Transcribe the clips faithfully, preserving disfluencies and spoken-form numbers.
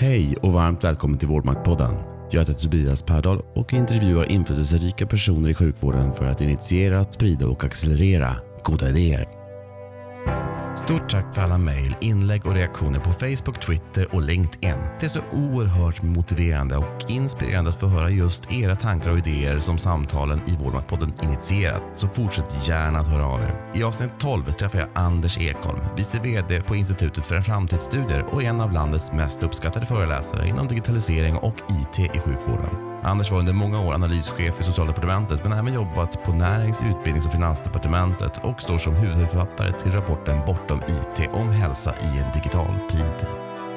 Hej och varmt välkommen till Vårdmaktpodden. Jag heter Tobias Pärdal och intervjuar inflytelserika personer i sjukvården för att initiera, sprida och accelerera goda idéer. Stort tack för alla mejl, inlägg och reaktioner på Facebook, Twitter och LinkedIn. Det är så oerhört motiverande och inspirerande att få höra just era tankar och idéer som samtalen i Vårdmaktpodden initierat. Så fortsätt gärna att höra av er. I avsnitt tolv träffar jag Anders Ekholm, vice vd på Institutet för framtidsstudier och en av landets mest uppskattade föreläsare inom digitalisering och I T i sjukvården. Anders var under många år analyschef i Socialdepartementet men även jobbat på Närings-, Utbildnings- och Finansdepartementet och står som huvudförfattare till rapporten Bortom I T om hälsa i en digital tid.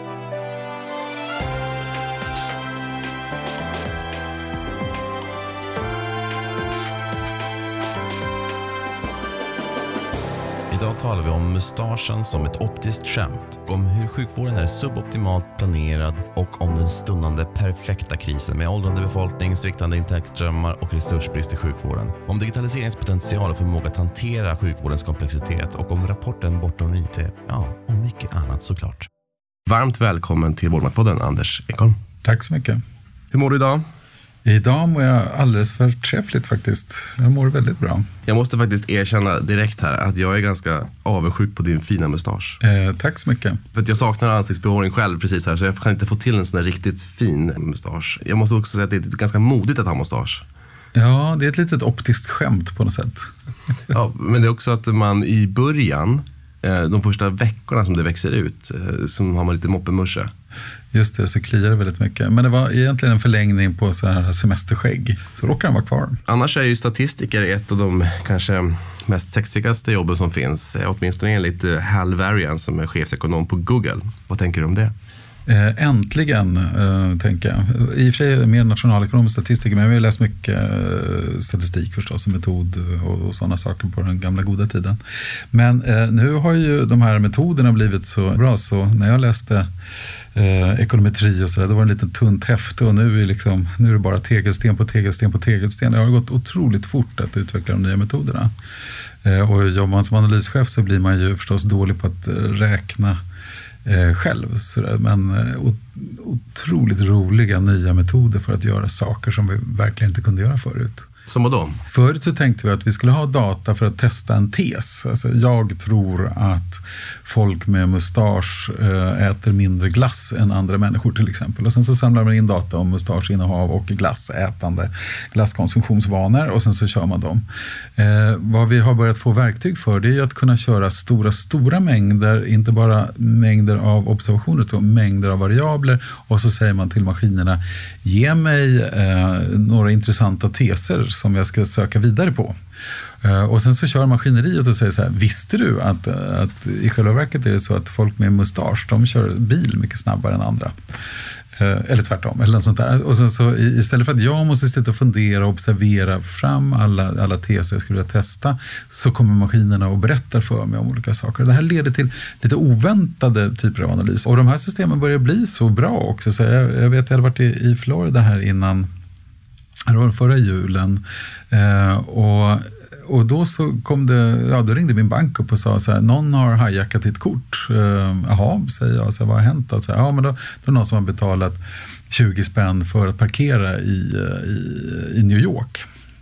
Idag talar vi om mustaschen som ett optiskt skämt, om hur sjukvården är suboptimalt planerad och om den stundande perfekta krisen med åldrande befolkning, sviktande intäktsströmmar och resursbrist i sjukvården. Om digitaliseringspotential och förmåga att hantera sjukvårdens komplexitet och om rapporten Bortom I T. Ja, och mycket annat såklart. Varmt välkommen till Vårdmaktpodden, Anders Ekholm. Tack så mycket. Hur mår du idag? Idag mår jag alldeles förträffligt faktiskt. Jag mår väldigt bra. Jag måste faktiskt erkänna direkt här att jag är ganska avundsjuk på din fina mustasch. Eh, tack så mycket. För att jag saknar ansiktsbehåring själv precis här så jag kan inte få till en sån här riktigt fin mustasch. Jag måste också säga att det är ganska modigt att ha mustasch. Ja, det är ett litet optiskt skämt på något sätt. Ja, men det är också att man i början, de första veckorna som det växer ut, så har man lite moppemusche. Just det, så kliar det väldigt mycket. Men det var egentligen en förlängning på så här semesterskägg. Så råkar den vara kvar. Annars är ju statistiker ett av de kanske mest sexigaste jobben som finns. Åtminstone enligt Hal Varian som är chefsekonom på Google. Vad tänker du om det? Eh, äntligen, eh, tänker jag. I och för sig är jag mer nationalekonomisk statistiker, men jag har läst mycket eh, statistik förstås, och metod och, och sådana saker på den gamla goda tiden. Men eh, nu har ju de här metoderna blivit så bra, så när jag läste eh, ekonometri och sådär, då var det en liten tunt häfte och nu är, liksom, nu är det bara tegelsten på tegelsten på tegelsten. Det har gått otroligt fort att utveckla de nya metoderna. Eh, och jobbar man som analyschef så blir man ju förstås dålig på att räkna Eh, själv, sådär. Men eh, otroligt roliga nya metoder för att göra saker som vi verkligen inte kunde göra förut. Som vad då? Förut så tänkte vi att vi skulle ha data för att testa en tes. Alltså, jag tror att folk med mustasch äter mindre glass än andra människor till exempel. Och sen så samlar man in data om mustaschinnehav och glassätande, glasskonsumtionsvanor och sen så kör man dem. Eh, vad vi har börjat få verktyg för det är att kunna köra stora, stora mängder, inte bara mängder av observationer utan mängder av variabler och så säger man till maskinerna, ge mig eh, några intressanta teser som jag ska söka vidare på. Uh, och sen så kör maskineriet och säger så här, visste du att, att i själva verket är det så att folk med mustasch, de kör bil mycket snabbare än andra. Uh, eller tvärtom, eller något sånt där. Och sen så istället för att jag måste sitta och fundera och observera fram alla, alla teser jag skulle vilja testa, så kommer maskinerna och berättar för mig om olika saker. Det här leder till lite oväntade typer av analys. Och de här systemen börjar bli så bra också. Så jag, jag vet, jag hade varit i, i Florida här innan, det var förra julen, uh, och Och då så kom det, ja då ringde min bank upp och sa så här, någon har hijackat ditt kort. Uh, jaha, säger jag, så här, vad har hänt? Så här, ja men då, då är det någon som har betalat tjugo spänn för att parkera i, i, i New York.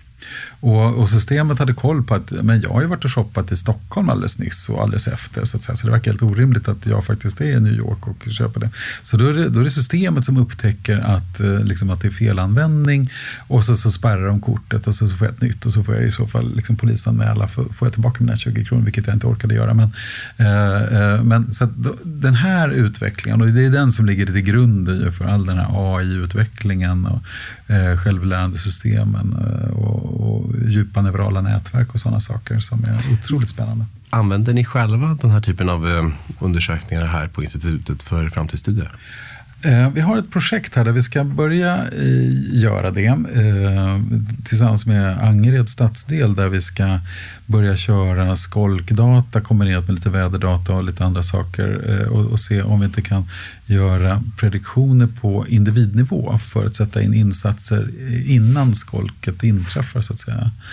Och, och systemet hade koll på att men jag har ju varit och shoppat i Stockholm alldeles nyss och alldeles efter. Så, att säga. Så det verkar helt orimligt att jag faktiskt är i New York och köper det. Så då är det, då är det systemet som upptäcker att, liksom, att det är felanvändning och så, så spärrar de kortet och så, så får jag ett nytt och så får jag i så fall liksom, polisanmäla för får jag tillbaka mina tjugo kronor, vilket jag inte orkade göra. Men, eh, men så att då, den här utvecklingen, och det är den som ligger till grund för all den här A I-utvecklingen och eh, självlärande systemen eh, och, och djupa neurala nätverk och sådana saker som är otroligt spännande. Använder ni själva den här typen av eh, undersökningar här på Institutet för framtidsstudier? Eh, vi har ett projekt här där vi ska börja eh, göra det eh, tillsammans med Angered stadsdel, där vi ska börja köra skolkdata kombinerat med lite väderdata och lite andra saker eh, och, och se om vi inte kan göra prediktioner på individnivå för att sätta in insatser innan skolket inträffar så att säga.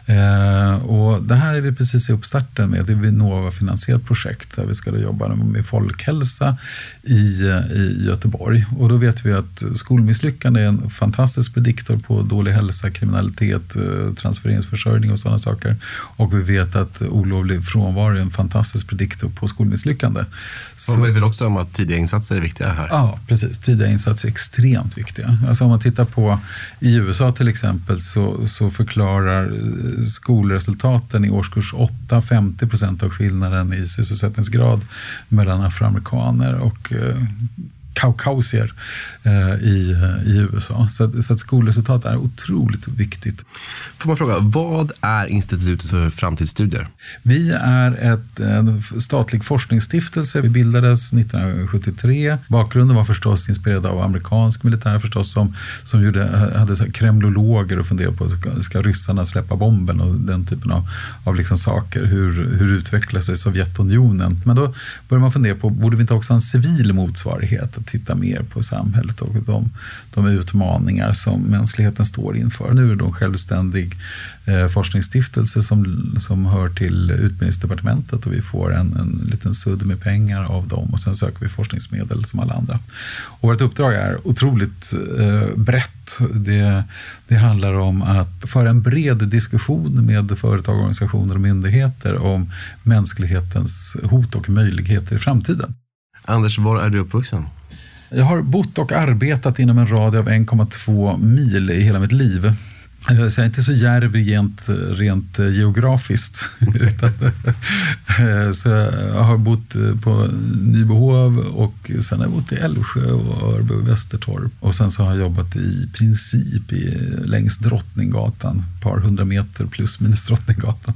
Eh, och det här är vi precis i uppstarten med. Det är Vinnova-finansierat projekt där vi ska då jobba med folkhälsa i, i Göteborg. Och då vet vi att skolmisslyckande är en fantastisk prediktor på dålig hälsa, kriminalitet, transfereringsförsörjning och sådana saker. Och vi vet att olovlig frånvaro är en fantastisk prediktor på skolmisslyckande. Så vi vet väl också om att tidiga insatser är viktiga här? Ja, precis. Tidiga insatser är extremt viktiga. Alltså om man tittar på i U S A till exempel så, så förklarar skolresultaten i årskurs åtta femtio procent av skillnaden i sysselsättningsgrad mellan afroamerikaner och eh, kaukasier eh, i, i U S A. Så, så att skolresultat är otroligt viktigt. Får man fråga, vad är Institutet för framtidsstudier? Vi är ett, en statlig forskningsstiftelse. Vi bildades nittonhundrasjuttiotre. Bakgrunden var förstås inspirerad av amerikansk militär förstås som, som gjorde, hade så här kremlologer och funderade på ska, ska ryssarna släppa bomben och den typen av, av liksom saker. Hur, hur utvecklar sig Sovjetunionen? Men då började man fundera på, borde vi inte också ha en civil motsvarighet? Titta mer på samhället och de, de utmaningar som mänskligheten står inför. Nu är det en självständig eh, forskningsstiftelse som, som hör till utbildningsdepartementet och vi får en, en liten sudd med pengar av dem och sen söker vi forskningsmedel som alla andra. Och vårt uppdrag är otroligt eh, brett. Det, det handlar om att föra en bred diskussion med företag, organisationer och myndigheter om mänsklighetens hot och möjligheter i framtiden. Anders, var är du uppvuxen? Jag har bott och arbetat inom en radie av en komma två mil i hela mitt liv. Så jag är inte så djärv rent, rent geografiskt. Utan, så jag har bott på Nybohov och sen har jag bott i Älvsjö och Örby och Västertorp. Och sen så har jag jobbat i princip i, längs Drottninggatan, ett par hundra meter plus minus Drottninggatan.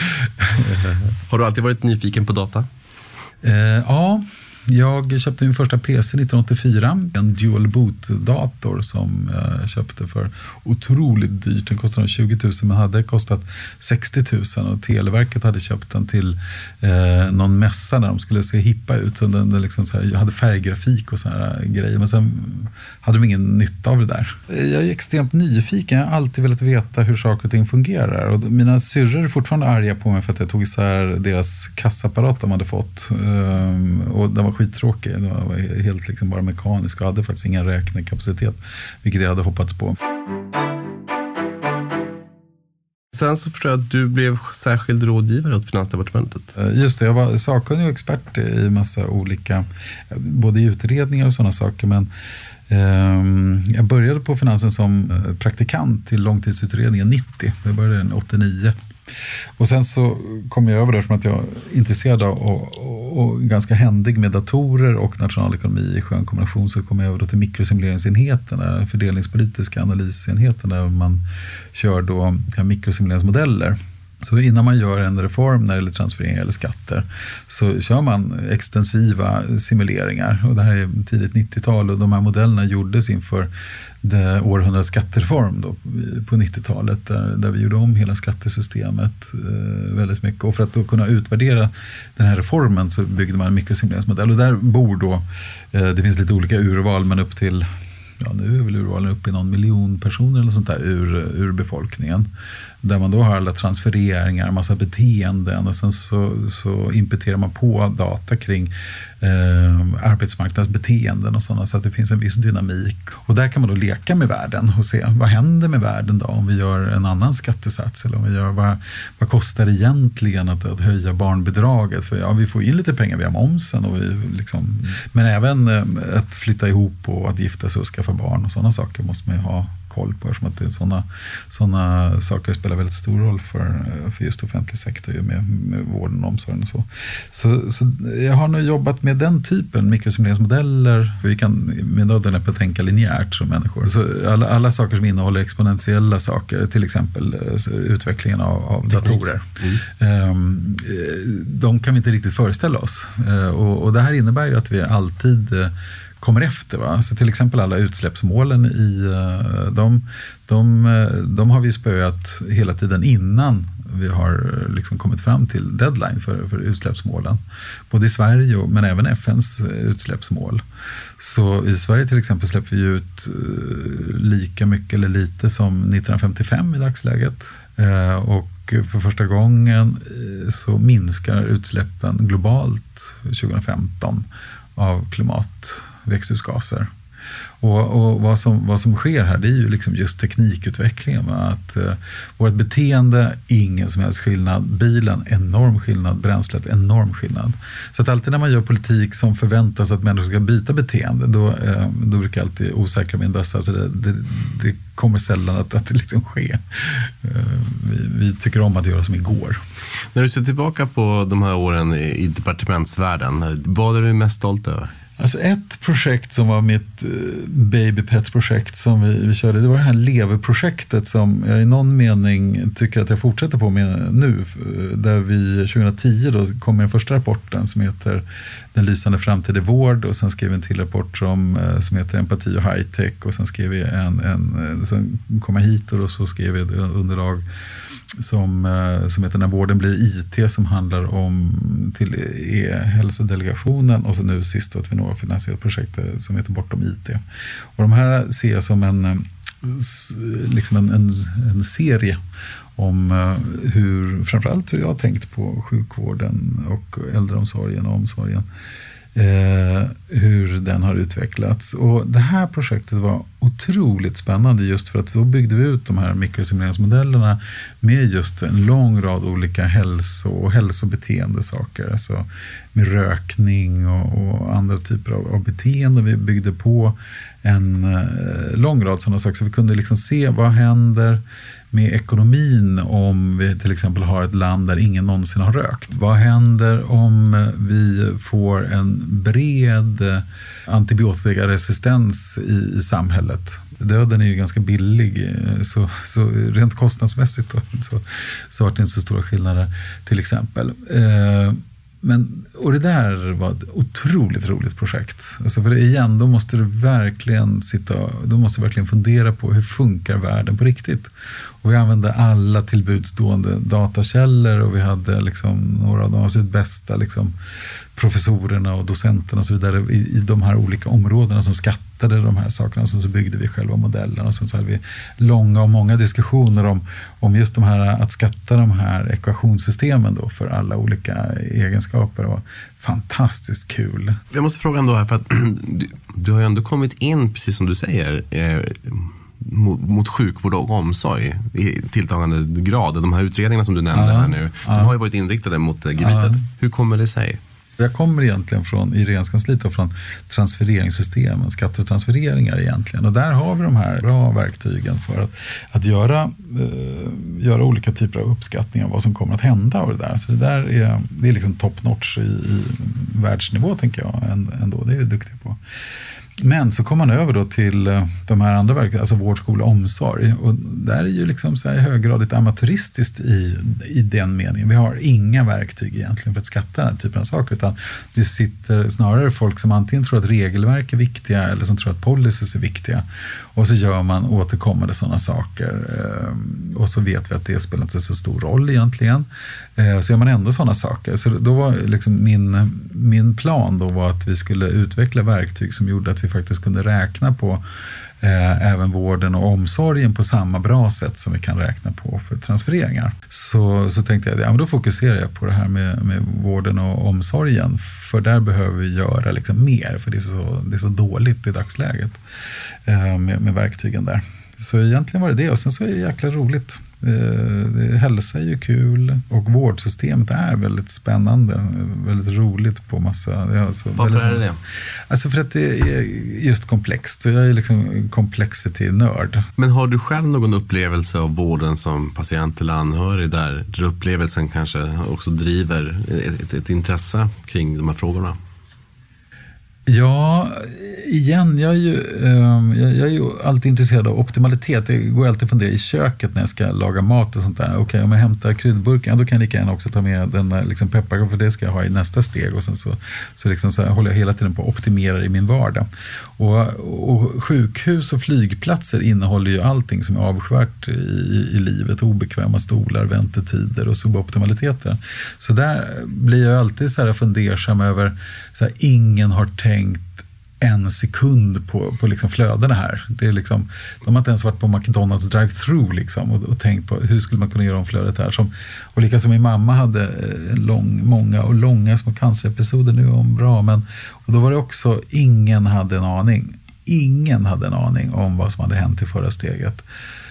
Har du alltid varit nyfiken på data? Eh, ja. Jag köpte min första P C nittonhundraåttiofyra, en dual boot-dator som jag köpte för otroligt dyrt. Den kostade tjugo tusen men hade kostat sextio tusen och Televerket hade köpt den till eh, någon mässa där de skulle se hippa ut. Så den, den liksom så här, jag hade färggrafik och sådana grejer men sen hade de ingen nytta av det där. Jag är extremt nyfiken, jag har alltid velat veta hur saker och ting fungerar och mina syrror är fortfarande arga på mig för att jag tog isär deras kassaapparat de hade fått um, och den var skittråkig. Det var helt liksom bara mekanisk och hade faktiskt ingen räknekapacitet, vilket jag hade hoppats på. Sen så förstår jag att du blev särskild rådgivare åt Finansdepartementet. Just det, jag var sakkunnig och expert i massa olika, både i utredningar och sådana saker, men um, jag började på Finansen som praktikant till långtidsutredningen nittio. Jag började den åttionio. Och sen så kom jag över där som att jag är intresserad av och, och, och ganska händig med datorer och nationalekonomi i skön kombination, så kom jag över då till mikrosimuleringsenheten, den fördelningspolitiska analysenheten där man kör då mikrosimuleringsmodeller. Så innan man gör en reform när det gäller transfereringar eller skatter så kör man extensiva simuleringar. Och det här är tidigt nittiotal och de här modellerna gjordes inför det århundradets skattereform då, på nittiotalet där, där vi gjorde om hela skattesystemet eh, väldigt mycket. Och för att då kunna utvärdera den här reformen så byggde man en mikrosimuleringsmodell. Och där bor då, eh, det finns lite olika urval men upp till ja, nu är väl urvalen uppe i någon miljon personer eller sånt där ur, ur befolkningen. Där man då har alla transfereringar, massa beteenden och sen så, så imputerar man på data kring eh, arbetsmarknadsbeteenden och sådana så att det finns en viss dynamik. Och där kan man då leka med världen och se vad händer med världen då om vi gör en annan skattesats eller om vi gör vad, vad kostar det egentligen att, att höja barnbidraget? För ja, vi får in lite pengar via momsen och vi liksom, mm. men även eh, att flytta ihop och att gifta sig och skaffa barn och sådana saker måste man ju ha koll på, som att det är sådana, sådana saker spelar väldigt stor roll för, för just offentlig sektor med, med vården och omsorgen och så. Så, så jag har nu jobbat med den typen mikrosimuleringsmodeller, för vi kan med nöden på tänka linjärt som människor. Så alla, alla saker som innehåller exponentiella saker, till exempel utvecklingen av, av datorer, mm. de kan vi inte riktigt föreställa oss. Och, och det här innebär ju att vi alltid kommer efter. Va? Alltså till exempel alla utsläppsmålen i de, de, de har vi spöat hela tiden innan vi har liksom kommit fram till deadline för, för utsläppsmålen. Både i Sverige och, men även F N:s utsläppsmål. Så i Sverige till exempel släpper vi ut lika mycket eller lite som nittonhundrafemtiofem i dagsläget. Och Och för första gången så minskar utsläppen globalt tjugo femton av klimatväxthusgaser. Och, och vad, som, vad som sker här, det är ju liksom just teknikutvecklingen. Va? Att eh, vårt beteende, ingen som helst skillnad. Bilen, enorm skillnad. Bränslet, enorm skillnad. Så att alltid när man gör politik som förväntas att människor ska byta beteende, då, eh, då brukar jag alltid osäkra min bössa. Alltså det, det, det kommer sällan att, att det liksom ske. Eh, vi, vi tycker om att göra som igår. När du ser tillbaka på de här åren i departementsvärlden, vad är du mest stolt över? Alltså ett projekt som var mitt baby pet-projekt som vi, vi körde, det var det här Lever-projektet som jag i någon mening tycker att jag fortsätter på med nu. Där vi tjugohundratio då kom med den första rapporten som heter Den lysande framtid i vård, och sen skrev vi en till rapport som, som heter Empati och high-tech, och sen skrev vi en, en sen kom jag hit och så skrev vi ett underlag som, som heter När vården blir I T, som handlar om till e-hälsodelegationen, och så nu sist att vi når finansierat projekt som heter Bortom I T. Och de här ser jag som en, liksom en, en, en serie om hur, framförallt hur jag har tänkt på sjukvården och äldreomsorgen och omsorgen. Eh, hur den har utvecklats. Och det här projektet var otroligt spännande just för att då byggde vi ut de här mikrosimuleringsmodellerna med just en lång rad olika hälso- och hälsobeteendesaker. Alltså med rökning och, och andra typer av, av beteenden. Vi byggde på en eh, lång rad sådana saker så vi kunde liksom se vad händer med ekonomin om vi till exempel har ett land där ingen någonsin har rökt. Vad händer om vi får en bred antibiotikaresistens i, i samhället? Döden är ju ganska billig, så, så rent kostnadsmässigt då, så, så har det inte så stora skillnader till exempel. Eh, Men, och det där var ett otroligt roligt projekt. Alltså för det igen, då måste du verkligen sitta, då måste du verkligen fundera på hur funkar världen på riktigt. Och vi använde alla tillbudstående datakällor och vi hade liksom några av de absolut bästa liksom professorerna och docenterna och så vidare i, i de här olika områdena som skattade de här sakerna. Så, så byggde vi själva modellerna och sen så hade vi långa och många diskussioner om, om just de här, att skatta de här ekvationssystemen då för alla olika egenskaper. Och fantastiskt kul. Jag måste fråga ändå här, för att du, du har ju ändå kommit in, precis som du säger, eh, mot, mot sjukvård och omsorg i tilltagande grad. De här utredningarna som du nämnde ja, här nu, ja. de har ju varit inriktade mot eh, gebitet. Ja. Hur kommer det sig? Jag kommer egentligen från, i regeringskansliet och från transfereringssystemen, skatter och transfereringar egentligen. Och där har vi de här bra verktygen för att, att göra, eh, göra olika typer av uppskattningar av vad som kommer att hända av det där. Så det där är, det är liksom top notch i, i världsnivå, tänker jag ändå. Det är vi duktiga på. Men så kommer man över då till de här andra verktygen, alltså vård, skola och omsorg. Och där är ju liksom så här höggradigt amatöristiskt i, i den meningen. Vi har inga verktyg egentligen för att skatta den här typen av saker, utan det sitter snarare folk som antingen tror att regelverk är viktiga eller som tror att policies är viktiga. Och så gör man återkommande sådana saker. Och så vet vi att det spelar inte så stor roll egentligen. Så gör man ändå sådana saker. Så då var liksom min, min plan då var att vi skulle utveckla verktyg som gjorde att vi faktiskt kunde räkna på eh, även vården och omsorgen på samma bra sätt som vi kan räkna på för transfereringar. Så, så tänkte jag, ja, men då fokuserar jag på det här med, med vården och omsorgen, för där behöver vi göra liksom mer, för det är så, det är så dåligt i dagsläget eh, med, med verktygen där. Så egentligen var det det, och sen så är det jäkla roligt. Eh, hälsa är ju kul och vårdsystemet är väldigt spännande, väldigt roligt på massa. Alltså, Varför väldigt, är det det? Alltså för att det är just komplext. Jag är liksom complexity-nörd. Men har du själv någon upplevelse av vården som patient eller anhörig där, där upplevelsen kanske också driver ett, ett, ett intresse kring de här frågorna? Ja, igen, jag är, ju, jag är ju alltid intresserad av optimalitet. Jag går alltid och funderar i köket när jag ska laga mat och sånt där. Okej, okay, om jag hämtar kryddburken, då kan jag lika gärna också ta med den där liksom pepparkakor, för det ska jag ha i nästa steg. Och sen så, så, liksom så här, håller jag hela tiden på att optimera i min vardag. Och, och sjukhus och flygplatser innehåller ju allting som är avskyvärt i, i livet. Obekväma stolar, väntetider och suboptimaliteter. Så där blir jag alltid så här fundersam över, så här, ingen har tänkt en sekund på, på liksom flödena här. Det är liksom, de har inte ens varit på McDonalds drive-thru liksom och, och tänkt på hur skulle man kunna göra om flödet här. Som, och lika som min mamma hade en lång, många och långa små cancerepisoder nu om bra. Men, och då var det också, ingen hade en aning. Ingen hade en aning om vad som hade hänt i förra steget.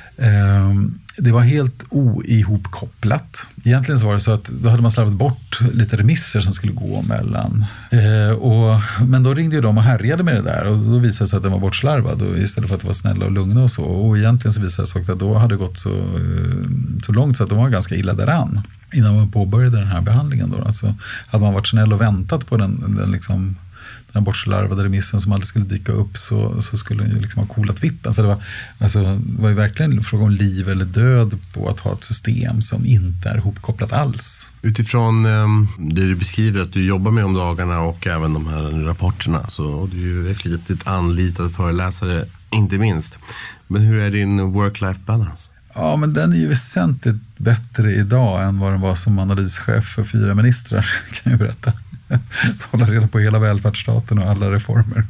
Um, det var helt oihopkopplat. Egentligen så var det så att då hade man slarvat bort lite remisser som skulle gå mellan. Uh, och, men då ringde ju de och härjade med det där och då visade det sig att den var bortslarvad och istället för att vara snälla och lugna och så. Och egentligen så visade det sig att då hade det gått så, uh, så långt så att de var ganska illa däran innan man påbörjade den här behandlingen. Då. Alltså, hade man varit snäll och väntat på den, den liksom den bortslarvade remissen som aldrig skulle dyka upp så, så skulle den ju liksom ha coolat vippen. Så det var, alltså, det var ju verkligen fråga om liv eller död på att ha ett system som inte är ihopkopplat alls. Utifrån um, det du beskriver att du jobbar med om dagarna och även de här rapporterna så och du är ju ett litet anlitad föreläsare, inte minst. Men hur är din work-life balance? Ja, men den är ju väsentligt bättre idag än vad den var som analyschef för fyra ministrar, kan jag berätta. Hålla reda på hela välfärdsstaten och alla reformer.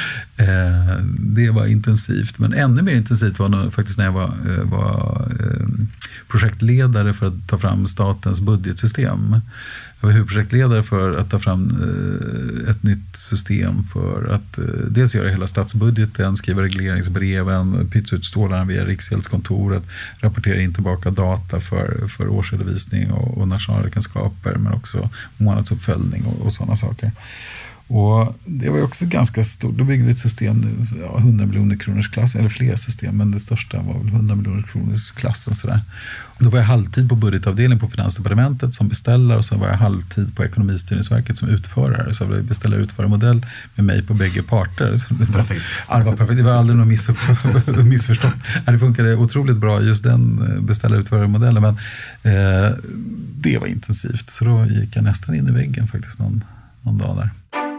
Eh, det var intensivt, men ännu mer intensivt var nog faktiskt när jag var, var eh, projektledare för att ta fram statens budgetsystem. Jag var huvudprojektledare för att ta fram eh, ett nytt system för att eh, dels göra hela statsbudgeten, skriva regleringsbreven, pytsa ut stålarna via Riksgäldskontoret, rapportera in tillbaka data för, för årsredovisning och, och nationalräkenskaper, men också månadsuppföljning och, och sådana saker. Och det var ju också ganska stort. Då byggde vi ett system nu, ja, hundra miljoner kronors klass, eller fler system, men det största var väl hundra miljoner kronors klassen. Sådär. Och då var jag halvtid på budgetavdelning på Finansdepartementet som beställare och så var jag halvtid på Ekonomistyrningsverket som utförare. Så jag beställare utförarmodell med mig på bägge parter. Så det var, perfekt. Ja, det var perfekt. Det var aldrig något miss, missförstånd. Det funkade otroligt bra just den beställare utförarmodellen, men eh, det var intensivt. Så då gick jag nästan in i väggen faktiskt någon, någon dag där.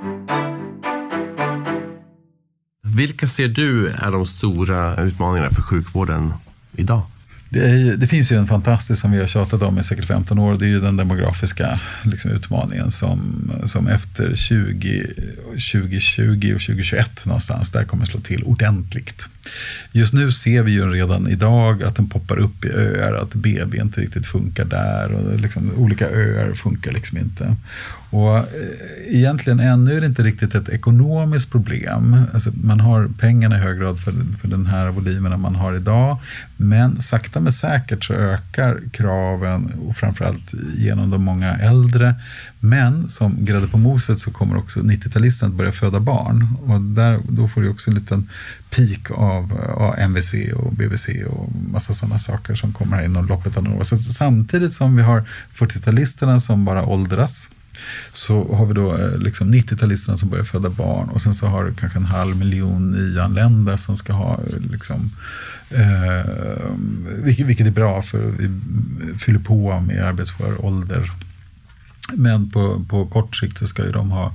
Vilka ser du är de stora utmaningarna för sjukvården idag? Det, är, det finns ju en fantastisk som vi har tjatat om i säkert femton år. Det är ju den demografiska liksom, utmaningen som, som efter tjugo tjugo och tjugo tjugoett någonstans där kommer slå till ordentligt. Just nu ser vi ju redan idag att den poppar upp i öar, att B B inte riktigt funkar där och liksom, olika öar funkar liksom inte. Och eh, egentligen ännu är det inte riktigt ett ekonomiskt problem. Alltså, man har pengarna i hög grad för, för den här volymen man har idag, men sakta men säkert så ökar kraven och framförallt genom de många äldre. Men som grädde på moset så kommer också nittio-talisterna att börja föda barn och där, då får du också en liten peak av ja, M V C och B V C och massa sådana saker som kommer här inom loppet av några år. Så samtidigt som vi har fyrtio-talisterna som bara åldras så har vi då liksom nittio-talisterna som börjar föda barn och sen så har du kanske en halv miljon nyanlända som ska ha liksom, eh, vilket, vilket är bra för vi fyller på med arbetsför ålder. Men på, på kort sikt så ska ju de ha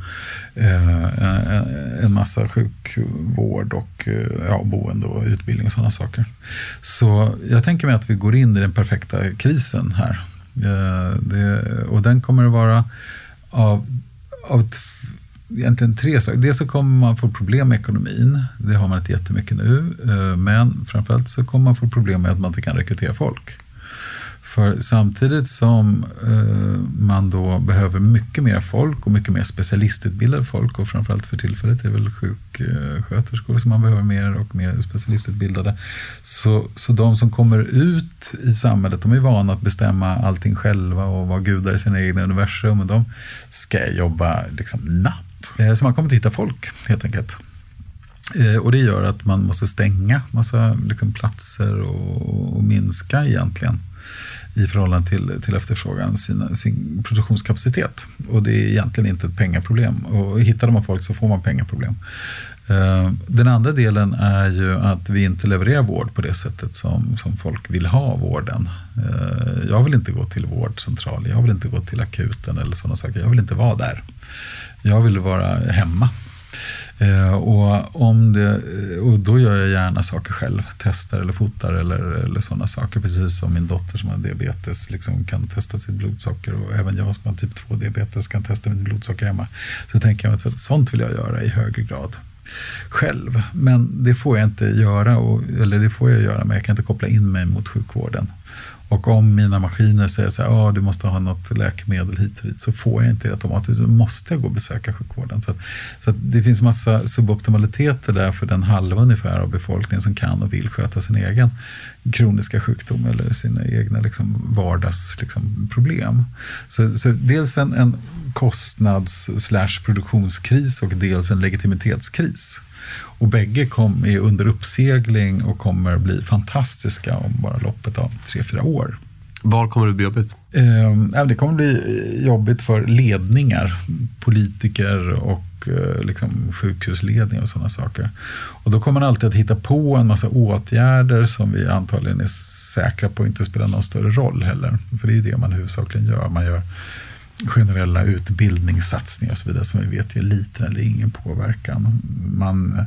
eh, en massa sjukvård och ja, boende och utbildning och sådana saker. Så jag tänker mig att vi går in i den perfekta krisen här. Eh, det, och den kommer att vara av, av t- egentligen tre saker. Dels så kommer man få problem med ekonomin. Det har man inte jättemycket nu. Eh, men framförallt så kommer man få problem med att man inte kan rekrytera folk. För samtidigt som eh, man då behöver mycket mer folk och mycket mer specialistutbildade folk och framförallt för tillfället är väl sjuksköterskor som man behöver mer och mer specialistutbildade. Så, så de som kommer ut i samhället, de är vana att bestämma allting själva och vara gudar i sina egna universum och de ska jobba liksom natt. Eh, så man kommer att hitta folk helt enkelt. Eh, och det gör att man måste stänga massa liksom, platser och, och minska egentligen i förhållande till, till efterfrågan sina, sin produktionskapacitet. Och det är egentligen inte ett pengaproblem. Och hittar man folk så får man pengaproblem. Uh, den andra delen är ju att vi inte levererar vård på det sättet som, som folk vill ha vården. Uh, jag vill inte gå till vårdcentral, jag vill inte gå till akuten eller sådana saker. Jag vill inte vara där. Jag vill vara hemma. Eh, och, om det, och då gör jag gärna saker själv, testar eller fotar eller, eller sådana saker, precis som min dotter som har diabetes liksom kan testa sitt blodsocker och även jag som har typ två diabetes kan testa mitt blodsocker hemma. Så tänker jag att sånt vill jag göra i högre grad. själv. Men det får jag inte göra, och, eller det får jag göra, men jag kan inte koppla in mig mot sjukvården. Och om mina maskiner säger så här, ja, du måste ha något läkemedel hit och dit, så får jag inte det automatiskt. Du måste gå och besöka sjukvården. Så, att, så att det finns massa suboptimaliteter där för den halva ungefär av befolkningen som kan och vill sköta sin egen kroniska sjukdom eller sina egna liksom, vardagsproblem. Liksom, så, så dels en, en kostnads slash produktionskris och dels en legitimitetskris. Och bägge kom, är under uppsegling och kommer bli fantastiska om bara loppet av tre, fyra år. Var kommer det bli jobbigt? Eh, det kommer bli jobbigt för ledningar, politiker och eh, liksom sjukhusledningar och sådana saker. Och då kommer man alltid att hitta på en massa åtgärder som vi antagligen är säkra på inte spelar någon större roll heller. För det är ju det man huvudsakligen gör. Man gör generella utbildningssatsningar och så vidare som vi vet ger liten eller ingen påverkan. Man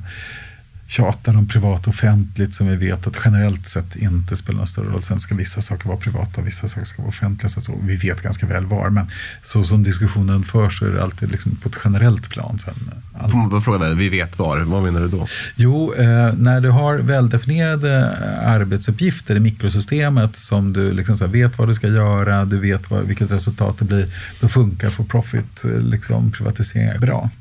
tjatar om privat och offentligt som vi vet att generellt sett inte spelar någon större roll. Sen ska vissa saker vara privata och vissa saker ska vara offentliga. Så vi vet ganska väl var, men så som diskussionen förs så är det alltid liksom på ett generellt plan. Sen Får man bara fråga dig, vi vet var, vad menar du då? Jo, eh, när du har väldefinierade arbetsuppgifter i mikrosystemet som du liksom så här vet vad du ska göra, du vet vad, vilket resultat det blir, då funkar for profit liksom, privatisering bra.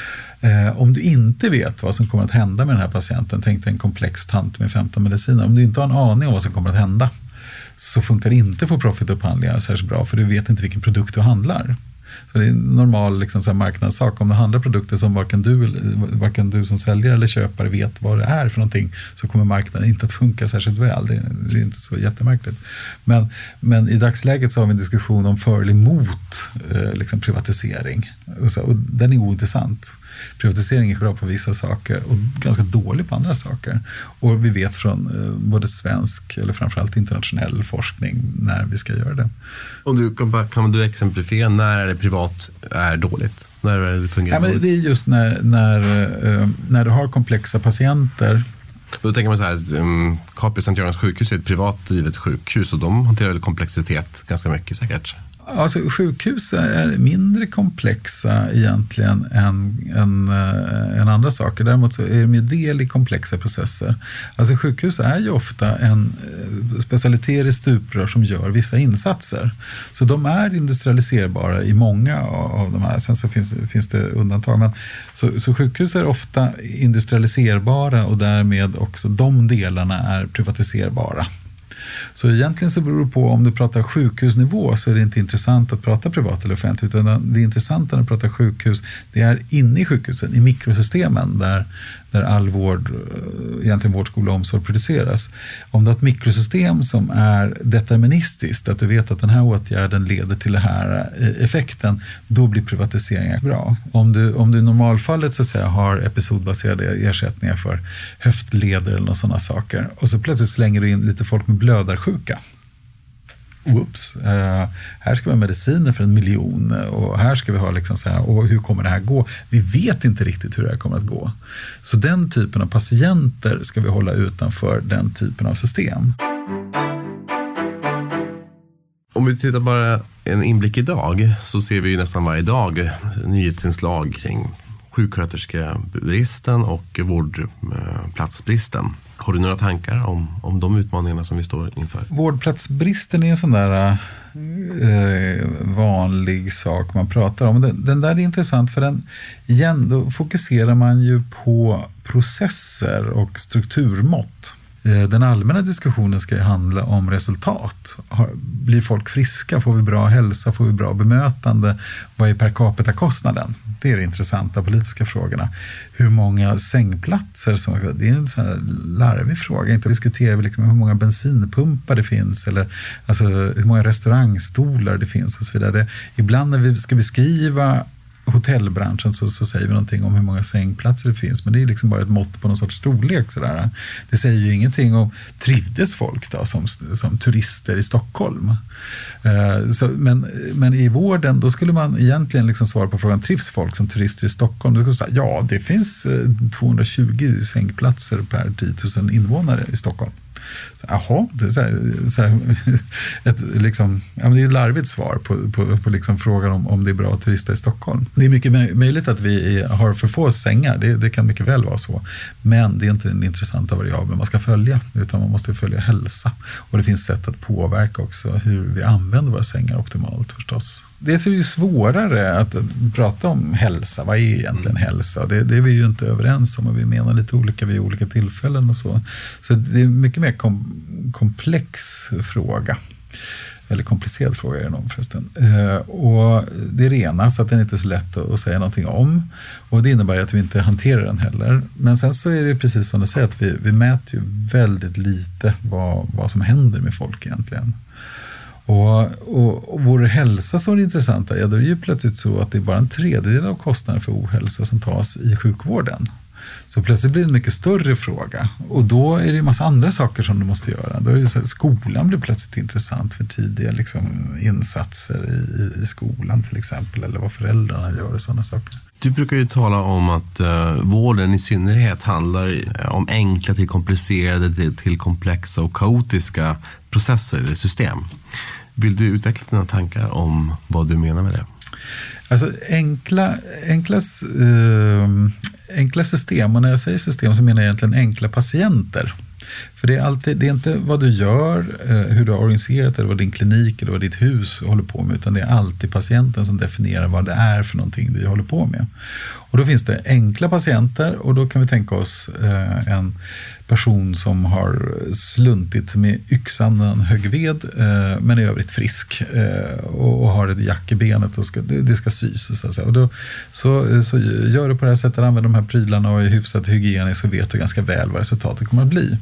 Eh, om du inte vet vad som kommer att hända med den här patienten, tänk dig en komplex tant med femton mediciner, om du inte har en aning om vad som kommer att hända så funkar inte for profit-upphandlingar särskilt bra, för du vet inte vilken produkt du handlar. Så det är en normal liksom, så här marknadssak. Om du handlar produkter som varken du, varken du som säljare eller köpare vet vad det är för någonting, så kommer marknaden inte att funka särskilt väl. Det, det är inte så jättemärkligt. Men, men i dagsläget så har vi en diskussion om för eller emot eh, liksom privatisering. Och, så, och den är ointressant. Privatisering är bra på vissa saker och ganska dålig på andra saker. Och vi vet från eh, både svensk eller framförallt internationell forskning när vi ska göra det. Om du kan, kan du exemplifiera när är det privat är dåligt? När är det fungerar ja, men dåligt? det är just när, när, eh, när du har komplexa patienter. Då tänker man så här, um, Capio Sankt Görans sjukhus är ett privat drivet sjukhus och de hanterar komplexitet ganska mycket säkert. Alltså, sjukhus är mindre komplexa egentligen än, än, än andra saker. Däremot så är de ju del i komplexa processer. Alltså, sjukhus är ju ofta en specialitet i stuprör som gör vissa insatser. Så de är industrialiserbara i många av de här. Sen så finns, finns det undantag. Men, så, så sjukhus är ofta industrialiserbara och därmed också de delarna är privatiserbara. Så egentligen så beror det på, om du pratar sjukhusnivå så är det inte intressant att prata privat eller offentligt, utan det intressanta när du pratar sjukhus, det är inne i sjukhusen, i mikrosystemen där, där all vård, egentligen vård, skola och omsorg produceras. Om du har ett mikrosystem som är deterministiskt, att du vet att den här åtgärden leder till den här effekten, då blir privatiseringen bra. Om du, om du i normalfallet så att säga har episodbaserade ersättningar för höftleder eller sådana saker, och så plötsligt slänger du in lite folk med blödarsjuka. Oops. Uh, här ska vi ha mediciner för en miljon och här ska vi ha liksom så här, och hur kommer det här gå? Vi vet inte riktigt hur det här kommer att gå. Så den typen av patienter ska vi hålla utanför den typen av system. Om vi tittar bara en inblick idag så ser vi ju nästan varje dag nyhetsinslag kring sjuksköterskebristen och vårdplatsbristen. Har du några tankar om, om de utmaningarna som vi står inför? Vårdplatsbristen är en sån där eh, vanlig sak man pratar om. Den, den där är intressant för den, igen, då fokuserar man ju på processer och strukturmått. Den allmänna diskussionen ska ju handla om resultat. Blir folk friska? Får vi bra hälsa? Får vi bra bemötande? Vad är per capita-kostnaden? Det är de intressanta politiska frågorna. Hur många sängplatser? Som, det är en sån här larvig fråga. Inte diskuterar vi liksom hur många bensinpumpar det finns eller alltså hur många restaurangstolar det finns och så vidare. Det, ibland när vi ska beskriva hotellbranschen så, så säger vi någonting om hur många sängplatser det finns, men det är liksom bara ett mått på någon sorts storlek. Sådär. Det säger ju ingenting om trivdes folk då, som, som turister i Stockholm. Uh, så, men, men i vården då skulle man egentligen liksom svara på frågan, trivs folk som turister i Stockholm? Då skulle man säga, ja, det finns tvåhundratjugo sängplatser per tio tusen invånare i Stockholm. Jaha, det är, så här, så här, ett, liksom, ja, det är ett larvigt svar på, på, på liksom frågan om, om det är bra att turista i Stockholm. Det är mycket möjligt att vi har för få sängar, det, det kan mycket väl vara så. Men det är inte den intressanta variabeln man ska följa, utan man måste följa hälsa. Och det finns sätt att påverka också hur vi använder våra sängar optimalt förstås. Det är ju svårare att prata om hälsa. Vad är egentligen mm. hälsa? Det, det är vi ju inte överens om och vi menar lite olika vid olika tillfällen och så. Så det är mycket mer kom, komplex fråga. Eller komplicerad fråga är det nog förresten. Eh, och det är rena så att den inte är så lätt att säga någonting om. Och det innebär att vi inte hanterar den heller. Men sen så är det precis som du säger att vi, vi mäter ju väldigt lite vad, vad som händer med folk egentligen. Och, och, och vår hälsa som är intressanta, ja, då är det ju plötsligt så att det är bara en tredjedel av kostnaden för ohälsa som tas i sjukvården. Så plötsligt blir det en mycket större fråga. Och då är det en massa andra saker som du måste göra. Då är det så här, skolan blir plötsligt intressant för tidiga liksom, insatser i, i skolan till exempel. Eller vad föräldrarna gör och sådana saker. Du brukar ju tala om att uh, vården i synnerhet handlar om enkla till komplicerade till, till komplexa och kaotiska processer eller system. Vill du utveckla dina tankar om vad du menar med det? Alltså enkla, enklas, eh, enkla system, och när jag säger system så menar jag egentligen enkla patienter. För det är, alltid, det är inte vad du gör, eh, hur du har organiserat eller vad din klinik eller vad ditt hus håller på med, utan det är alltid patienten som definierar vad det är för någonting du håller på med. Och då finns det enkla patienter och då kan vi tänka oss eh, en person som har sluntit med yxan en hög ved eh, men i övrigt frisk eh, och, och har ett jack i benet och ska, det, det ska sys. Så, att säga. Och då, så, så gör du på det här sättet, använder de här prylarna och är hyfsat hygieniskt så vet du ganska väl vad resultatet kommer att bli.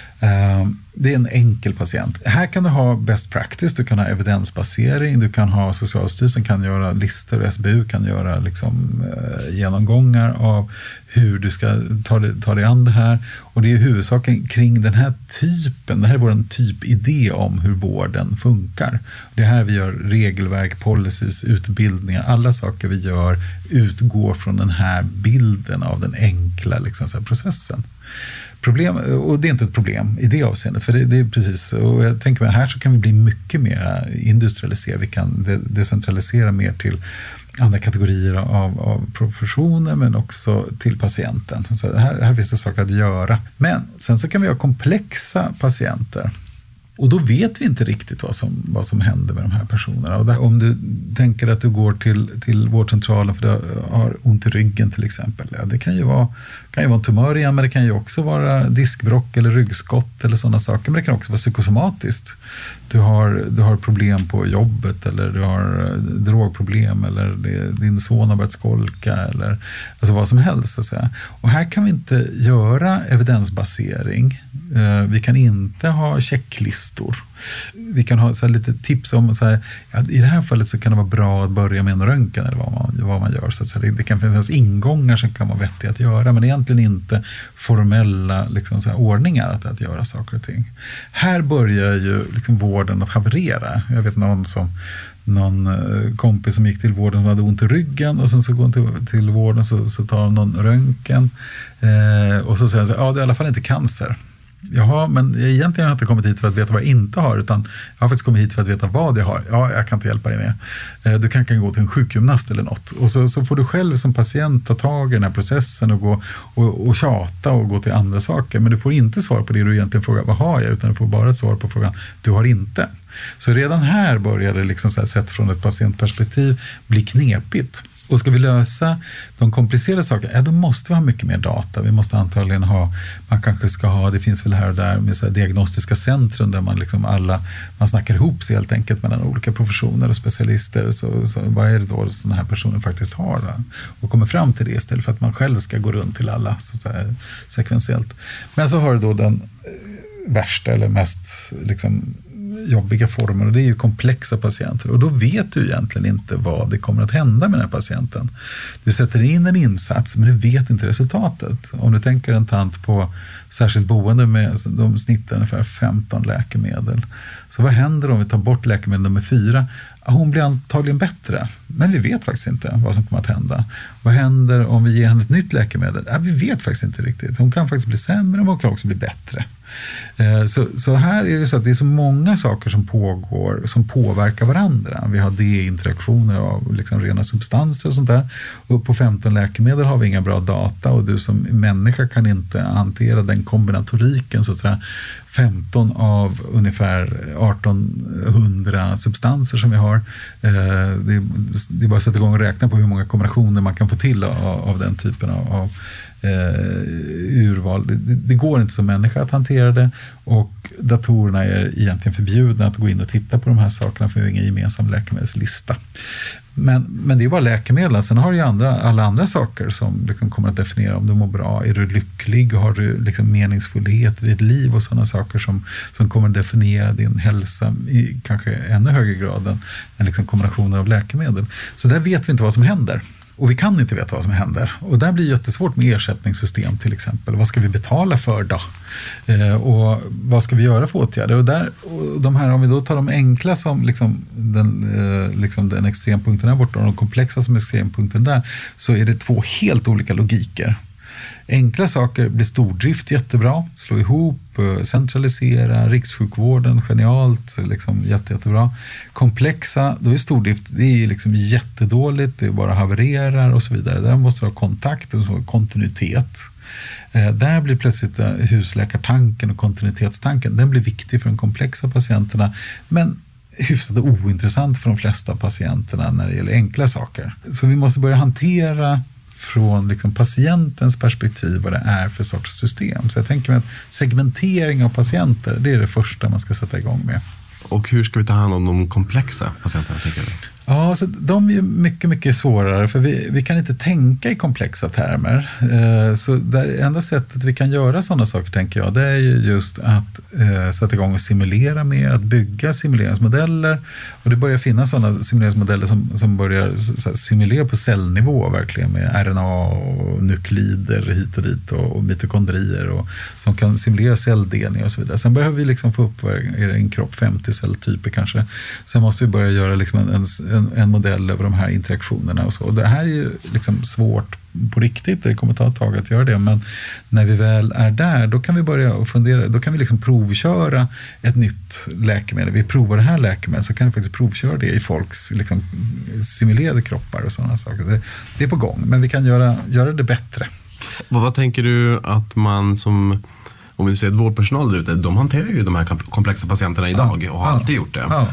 Det är en enkel patient. Här kan du ha best practice, du kan ha evidensbasering, du kan ha Socialstyrelsen kan göra listor, S B U kan göra liksom, eh, genomgångar av hur du ska ta dig, ta dig an det här. Och det är huvudsaken kring den här typen, det här är vår typidé om hur vården funkar. Det är här vi gör regelverk, policies, utbildningar, alla saker vi gör utgår från den här bilden av den enkla liksom, så här, processen. Problem, och det är inte ett problem i det avseendet, för det, det är precis, och jag tänker mig här så kan vi bli mycket mer industrialiserade, vi kan de, decentralisera mer till andra kategorier av, av professioner men också till patienten. Så här, här finns det saker att göra. Men sen så kan vi ha komplexa patienter. Och då vet vi inte riktigt vad som, vad som händer med de här personerna. Och där, om du tänker att du går till, till vårdcentralen för du har ont i ryggen till exempel. Ja, det kan ju vara, kan ju vara en tumör igen, men det kan ju också vara diskbråck eller ryggskott eller sådana saker. Men det kan också vara psykosomatiskt. Du har, du har problem på jobbet eller du har drogproblem eller det, din son har börjat skolka eller alltså vad som helst. Så att säga. Och här kan vi inte göra evidensbasering. Vi kan inte ha checklistor. Vi kan ha så här lite tips om så här, ja, i det här fallet så kan det vara bra att börja med en röntgen eller vad man, vad man gör. Så att det, det kan finnas ingångar som kan vara vettiga att göra, men egentligen inte formella liksom, så här, ordningar att, att göra saker och ting. Här börjar ju liksom, vården att haverera. Jag vet någon som någon kompis som gick till vården och hade ont i ryggen och sen så går hon till, till vården så, så tar de någon röntgen eh, och så säger han så här, ja det är i alla fall inte cancer. Jaha, men jag egentligen har jag inte kommit hit för att veta vad jag inte har, utan jag har faktiskt kommit hit för att veta vad jag har. Ja, jag kan inte hjälpa dig med. Du kan, kan gå till en sjukgymnast eller något. Och så, så får du själv som patient ta tag i den här processen och, gå, och, och tjata och gå till andra saker. Men du får inte svar på det du egentligen frågar, vad har jag? Utan du får bara ett svar på frågan, du har inte. Så redan här börjar det liksom så här, sett från ett patientperspektiv bli knepigt. Och ska vi lösa de komplicerade sakerna, ja, då måste vi ha mycket mer data. Vi måste antagligen ha, man kanske ska ha, det finns väl här och där med så här diagnostiska centrum där man liksom alla, man snackar ihop sig helt enkelt mellan olika professioner och specialister. Så, så vad är det då som den här personen faktiskt har då? Och kommer fram till det istället för att man själv ska gå runt till alla så här, sekventiellt. Men så har du då den värsta eller mest liksom jobbiga former och det är ju komplexa patienter och då vet du egentligen inte vad det kommer att hända med den här patienten. Du sätter in en insats men du vet inte resultatet. Om du tänker en tant på särskilt boende med de snittar ungefär femton läkemedel. Så vad händer om vi tar bort läkemedel nummer fyra? hon blir antagligen bättre. Men vi vet faktiskt inte vad som kommer att hända. Vad händer om vi ger henne ett nytt läkemedel? Ja, vi vet faktiskt inte riktigt. Hon kan faktiskt bli sämre, men hon kan också bli bättre. Så, så här är det så att det är så många saker som pågår som påverkar varandra. Vi har D-interaktioner av liksom rena substanser och sånt där. Och på femton läkemedel har vi inga bra data, och du som människa kan inte hantera den kombinatoriken, så att säga. femton av ungefär arton hundra substanser som vi har. Det är, det är bara att sätta igång och räkna på hur många kombinationer man kan få till av, av den typen av, av Uh, urval. Det, det går inte som människa att hantera det, och datorerna är egentligen förbjudna att gå in och titta på de här sakerna, för vi har ingen gemensam läkemedelslista. Men, men det är bara läkemedel. Sen har du ju andra, alla andra saker som liksom kommer att definiera om du mår bra. Är du lycklig? Har du liksom meningsfullhet i ditt liv? Och sådana saker som, som kommer att definiera din hälsa i kanske ännu högre grad än, än liksom kombinationer av läkemedel. Så där vet vi inte vad som händer. Och vi kan inte veta vad som händer. Och där blir det jättesvårt med ersättningssystem till exempel. Vad ska vi betala för då? Eh, och vad ska vi göra för åtgärder? Och, där, och de här, om vi då tar de enkla som liksom den, eh, liksom den extrempunkten här borta och de komplexa som extrempunkten där, så är det två helt olika logiker. Enkla saker blir stordrift jättebra, slå ihop, centralisera, rikssjukvården genialt, liksom jätte, jättebra. Komplexa, då är stordrift, det är liksom jättedåligt, det bara havererar och så vidare. Där måste du ha kontakt och kontinuitet. Eh, där blir plötsligt husläkartanken och kontinuitetstanken, den blir viktig för de komplexa patienterna, men hyfsat ointressant för de flesta patienterna när det gäller enkla saker. Så vi måste börja hantera från liksom patientens perspektiv vad det är för sorts system. Så jag tänker mig att segmentering av patienter, det är det första man ska sätta igång med. Och hur ska vi ta hand om de komplexa patienterna, tänker du? Ja, så de är ju mycket, mycket svårare, för vi, vi kan inte tänka i komplexa termer. Eh, så det enda sättet vi kan göra sådana saker, tänker jag, det är ju just att eh, sätta igång och simulera mer, att bygga simuleringsmodeller. Och det börjar finnas sådana simuleringsmodeller som, som börjar så här, simulera på cellnivå verkligen, med R N A och nukleider hit och dit och, och mitokondrier, och som kan simulera celldelning och så vidare. Sen behöver vi liksom få upp en kropp, femtio celltyper kanske. Sen måste vi börja göra liksom en, en En, en modell över de här interaktionerna och så. Och det här är ju liksom svårt på riktigt, det kommer ta ett tag att göra det, men när vi väl är där, då kan vi börja fundera, då kan vi liksom provköra ett nytt läkemedel. Vi provar det här läkemedlet, så kan vi faktiskt provköra det i folks liksom simulerade kroppar och sådana saker. Det, det är på gång, men vi kan göra, göra det bättre. Vad, vad tänker du att man som, om vi säger vårdpersonal där ute, de hanterar ju de här komplexa patienterna idag och har ja, alltid gjort det. Ja.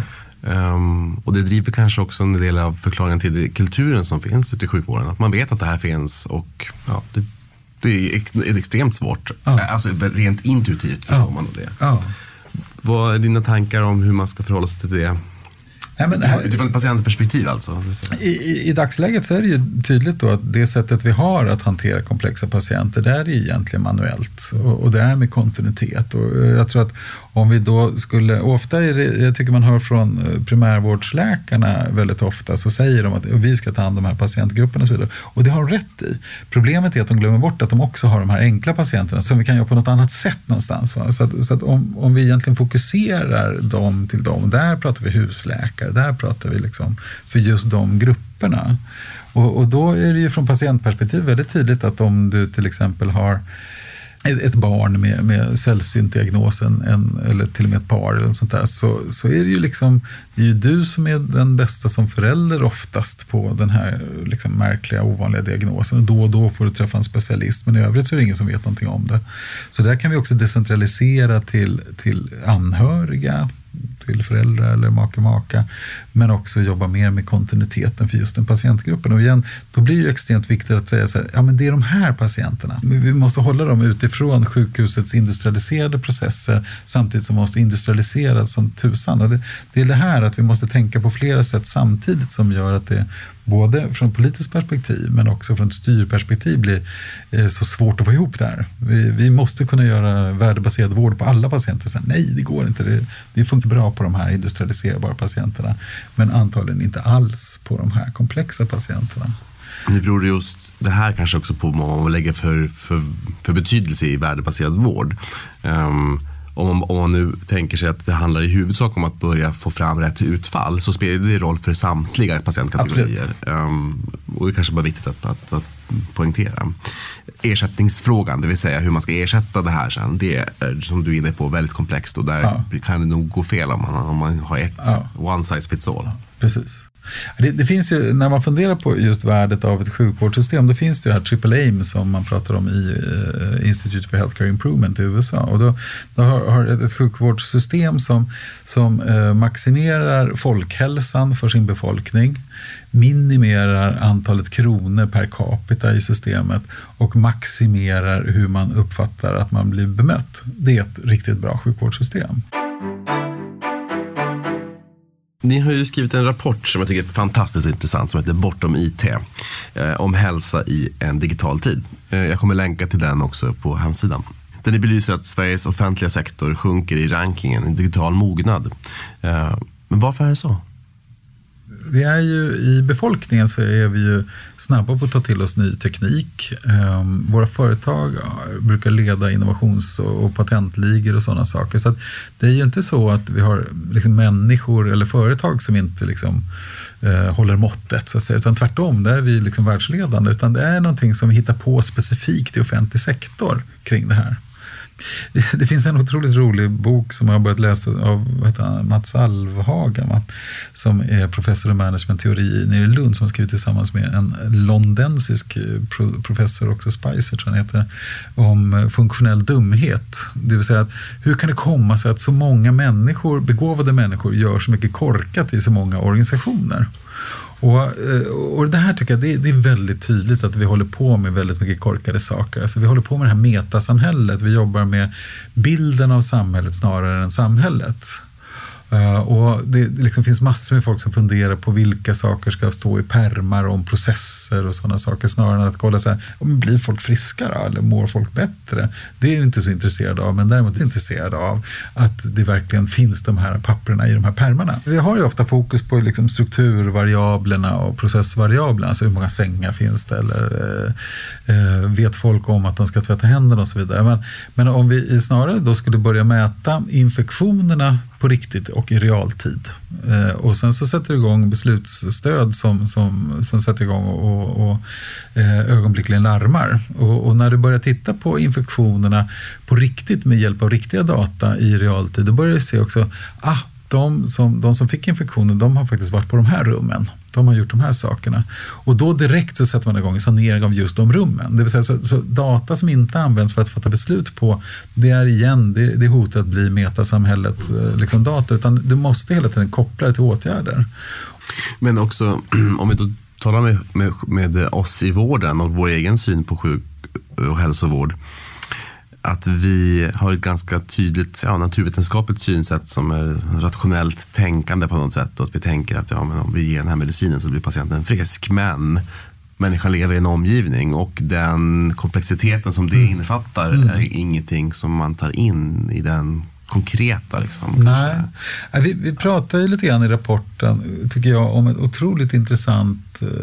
Um, och det driver kanske också en del av förklaringen till det, kulturen som finns ute i sjukvården. Att man vet att det här finns, och ja, det, det är ex, extremt svårt. Ja. Alltså rent intuitivt förstår ja. man det. Ja. Vad är dina tankar om hur man ska förhålla sig till det? Nej, men det här, utifrån ett patientperspektiv alltså? I, i, I dagsläget så är det ju tydligt då att det sättet vi har att hantera komplexa patienter, det är det egentligen manuellt, och, och det är med kontinuitet. Och jag tror att om vi då skulle, ofta är det, jag tycker man hör från primärvårdsläkarna väldigt ofta, så säger de att vi ska ta hand om de här patientgrupperna och så vidare. Och det har de rätt i. Problemet är att de glömmer bort att de också har de här enkla patienterna som vi kan göra på något annat sätt någonstans. Va? Så att, så att om, om vi egentligen fokuserar dem till dem, där pratar vi husläkare, där pratar vi liksom för just de grupperna. Och, och då är det ju från patientperspektiv väldigt tydligt att om du till exempel har ett barn med, med sällsynt diagnosen, en, eller till och med ett par eller sånt där, så, så är det ju liksom, det är ju du som är den bästa som förälder oftast på den här liksom märkliga, ovanliga diagnosen. Och då och då får du träffa en specialist, men i övrigt så är det ingen som vet någonting om det. Så där kan vi också decentralisera till, till anhöriga, till föräldrar eller maka-maka, men också jobba mer med kontinuiteten för just den patientgruppen. Och igen, då blir det ju extremt viktigt att säga så här, ja men det är de här patienterna. Vi måste hålla dem utifrån sjukhusets industrialiserade processer, samtidigt som måste industrialiseras som tusan. Och det, det är det här att vi måste tänka på flera sätt samtidigt, som gör att det både från politiskt perspektiv men också från ett styrperspektiv blir eh, så svårt att få ihop det här. Vi, vi måste kunna göra värdebaserad vård på alla patienter. Så, nej, det går inte. Det, det funkar bra på de här industrialiserbara patienterna, men antagligen inte alls på de här komplexa patienterna. Det beror just det här kanske också på vad man lägger för, för, för betydelse i värdebaserad vård. Um, om man, om man nu tänker sig att det handlar i huvudsak om att börja få fram rätt utfall, så spelar det roll för samtliga patientkategorier. Um, och det är kanske bara viktigt att, att, att poängtera. Ersättningsfrågan, det vill säga hur man ska ersätta det här sen, det är, som du är inne på, väldigt komplext, och där ja. kan det nog gå fel om man, om man har ett ja. one size fits all. Precis. Det, det finns ju, när man funderar på just värdet av ett sjukvårdssystem, då finns det ju det här triple aim som man pratar om i uh, Institute for Healthcare Improvement i U S A. Och då, då har, har ett, ett sjukvårdssystem som, som uh, maximerar folkhälsan för sin befolkning, minimerar antalet kronor per capita i systemet och maximerar hur man uppfattar att man blir bemött. Det är ett riktigt bra sjukvårdssystem. Ni har ju skrivit en rapport som jag tycker är fantastiskt intressant, som heter Bortom I T, eh, om hälsa i en digital tid. Eh, jag kommer länka till den också på hemsidan. Den belyser att Sveriges offentliga sektor sjunker i rankingen i digital mognad. Eh, men varför är det så? Vi är ju, i befolkningen så är vi ju snabba på att ta till oss ny teknik. Um, våra företag brukar leda innovations- och patentligor och sådana saker. Så att det är ju inte så att vi har liksom människor eller företag som inte liksom, uh, håller måttet, så att säga, utan tvärtom, där är vi liksom världsledande. Utan det är någonting som vi hittar på specifikt i offentlig sektor kring det här. Det finns en otroligt rolig bok som jag har börjat läsa av vad heter han, Mats Alvhagen, va? Som är professor i managementteori nere i Lund, som har skrivit tillsammans med en londensisk professor, också Spicer tror jag han heter, om funktionell dumhet. Det vill säga att hur kan det komma sig att så många människor, begåvade människor, gör så mycket korkat i så många organisationer? Och, och det här tycker jag det är, det är väldigt tydligt att vi håller på med väldigt mycket korkade saker. Alltså vi håller på med det här metasamhället. Vi jobbar med bilden av samhället snarare än samhället. Uh, och det liksom finns massor med folk som funderar på vilka saker ska stå i pärmar om processer och sådana saker, snarare än att kolla så här, om blir folk friskare eller mår folk bättre? Det är jag inte så intresserad av, men däremot är jag intresserad av att det verkligen finns de här papperna i de här pärmarna. Vi har ju ofta fokus på liksom strukturvariablerna och processvariablerna, alltså hur många sängar finns det, eller eh, eh, vet folk om att de ska tvätta händerna och så vidare. Men, men om vi snarare då skulle börja mäta infektionerna på riktigt och i realtid. Eh, och sen så sätter det igång beslutsstöd som, som, som sätter igång och, och eh, ögonblickligen larmar. Och, och när du börjar titta på infektionerna på riktigt med hjälp av riktiga data i realtid, då börjar du se också, ah, de som, de som fick infektionen, de har faktiskt varit på de här rummen. De har gjort de här sakerna. Och då direkt så sätter man igång en sanering av just de rummen. Det vill säga, så, så data som inte används för att fatta beslut på, det är igen, det, det hotar att bli metasamhället liksom data, utan du måste hela tiden koppla det till åtgärder. Men också, om vi då talar med, med, med oss i vården och vår egen syn på sjuk- och hälsovård, att vi har ett ganska tydligt ja, naturvetenskapligt synsätt som är rationellt tänkande på något sätt, och att vi tänker att ja, men om vi ger den här medicinen så blir patienten frisk, men människan lever i en omgivning och den komplexiteten som det innefattar mm. är ingenting som man tar in i den konkreta liksom. Nej, vi, vi pratar ju lite grann i rapporten, tycker jag, om ett otroligt intressant,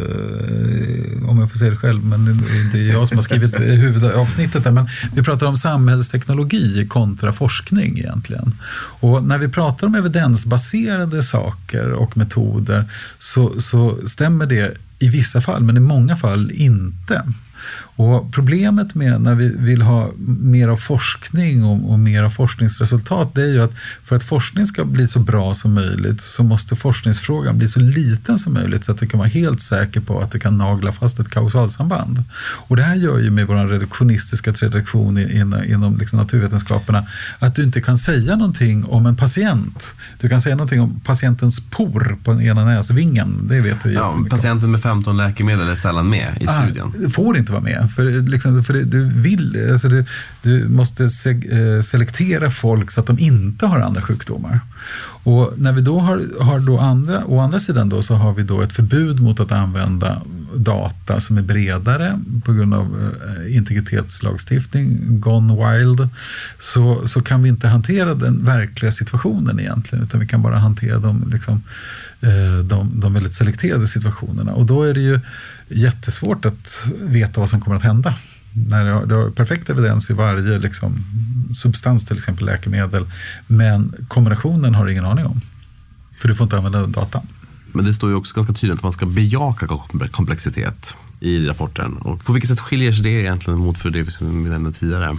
eh, om jag får säga det själv, men det är jag som har skrivit huvudavsnittet där, men vi pratar om samhällsteknologi kontra forskning egentligen. Och när vi pratar om evidensbaserade saker och metoder så, så stämmer det i vissa fall, men i många fall inte. Och problemet med när vi vill ha mer av forskning och, och mer av forskningsresultat, det är ju att för att forskning ska bli så bra som möjligt så måste forskningsfrågan bli så liten som möjligt, så att du kan vara helt säker på att du kan nagla fast ett kausalsamband. Och det här gör ju med vår reduktionistiska tradition inom, inom liksom naturvetenskaperna att du inte kan säga någonting om en patient. Du kan säga någonting om patientens por på den ena näsvingen, det vet vi. Ja, patienten med femton läkemedel är sällan med i studien. Ah, får inte vara med. För, liksom, för du vill, alltså du, du måste se, selektera folk så att de inte har andra sjukdomar. Och när vi då har, har då andra, å andra sidan då så har vi då ett förbud mot att använda data som är bredare på grund av eh, integritetslagstiftning, gone wild, så, så kan vi inte hantera den verkliga situationen egentligen, utan vi kan bara hantera de, liksom, eh, de, de väldigt selekterade situationerna. Och då är det ju jättesvårt att veta vad som kommer att hända. När det har, det har perfekt evidens i varje liksom, substans, till exempel läkemedel, men kombinationen har du ingen aning om. För du får inte använda data. Men det står ju också ganska tydligt att man ska bejaka komplexitet i rapporten. Och på vilket sätt skiljer sig det egentligen mot för det som vi nämnde tidigare?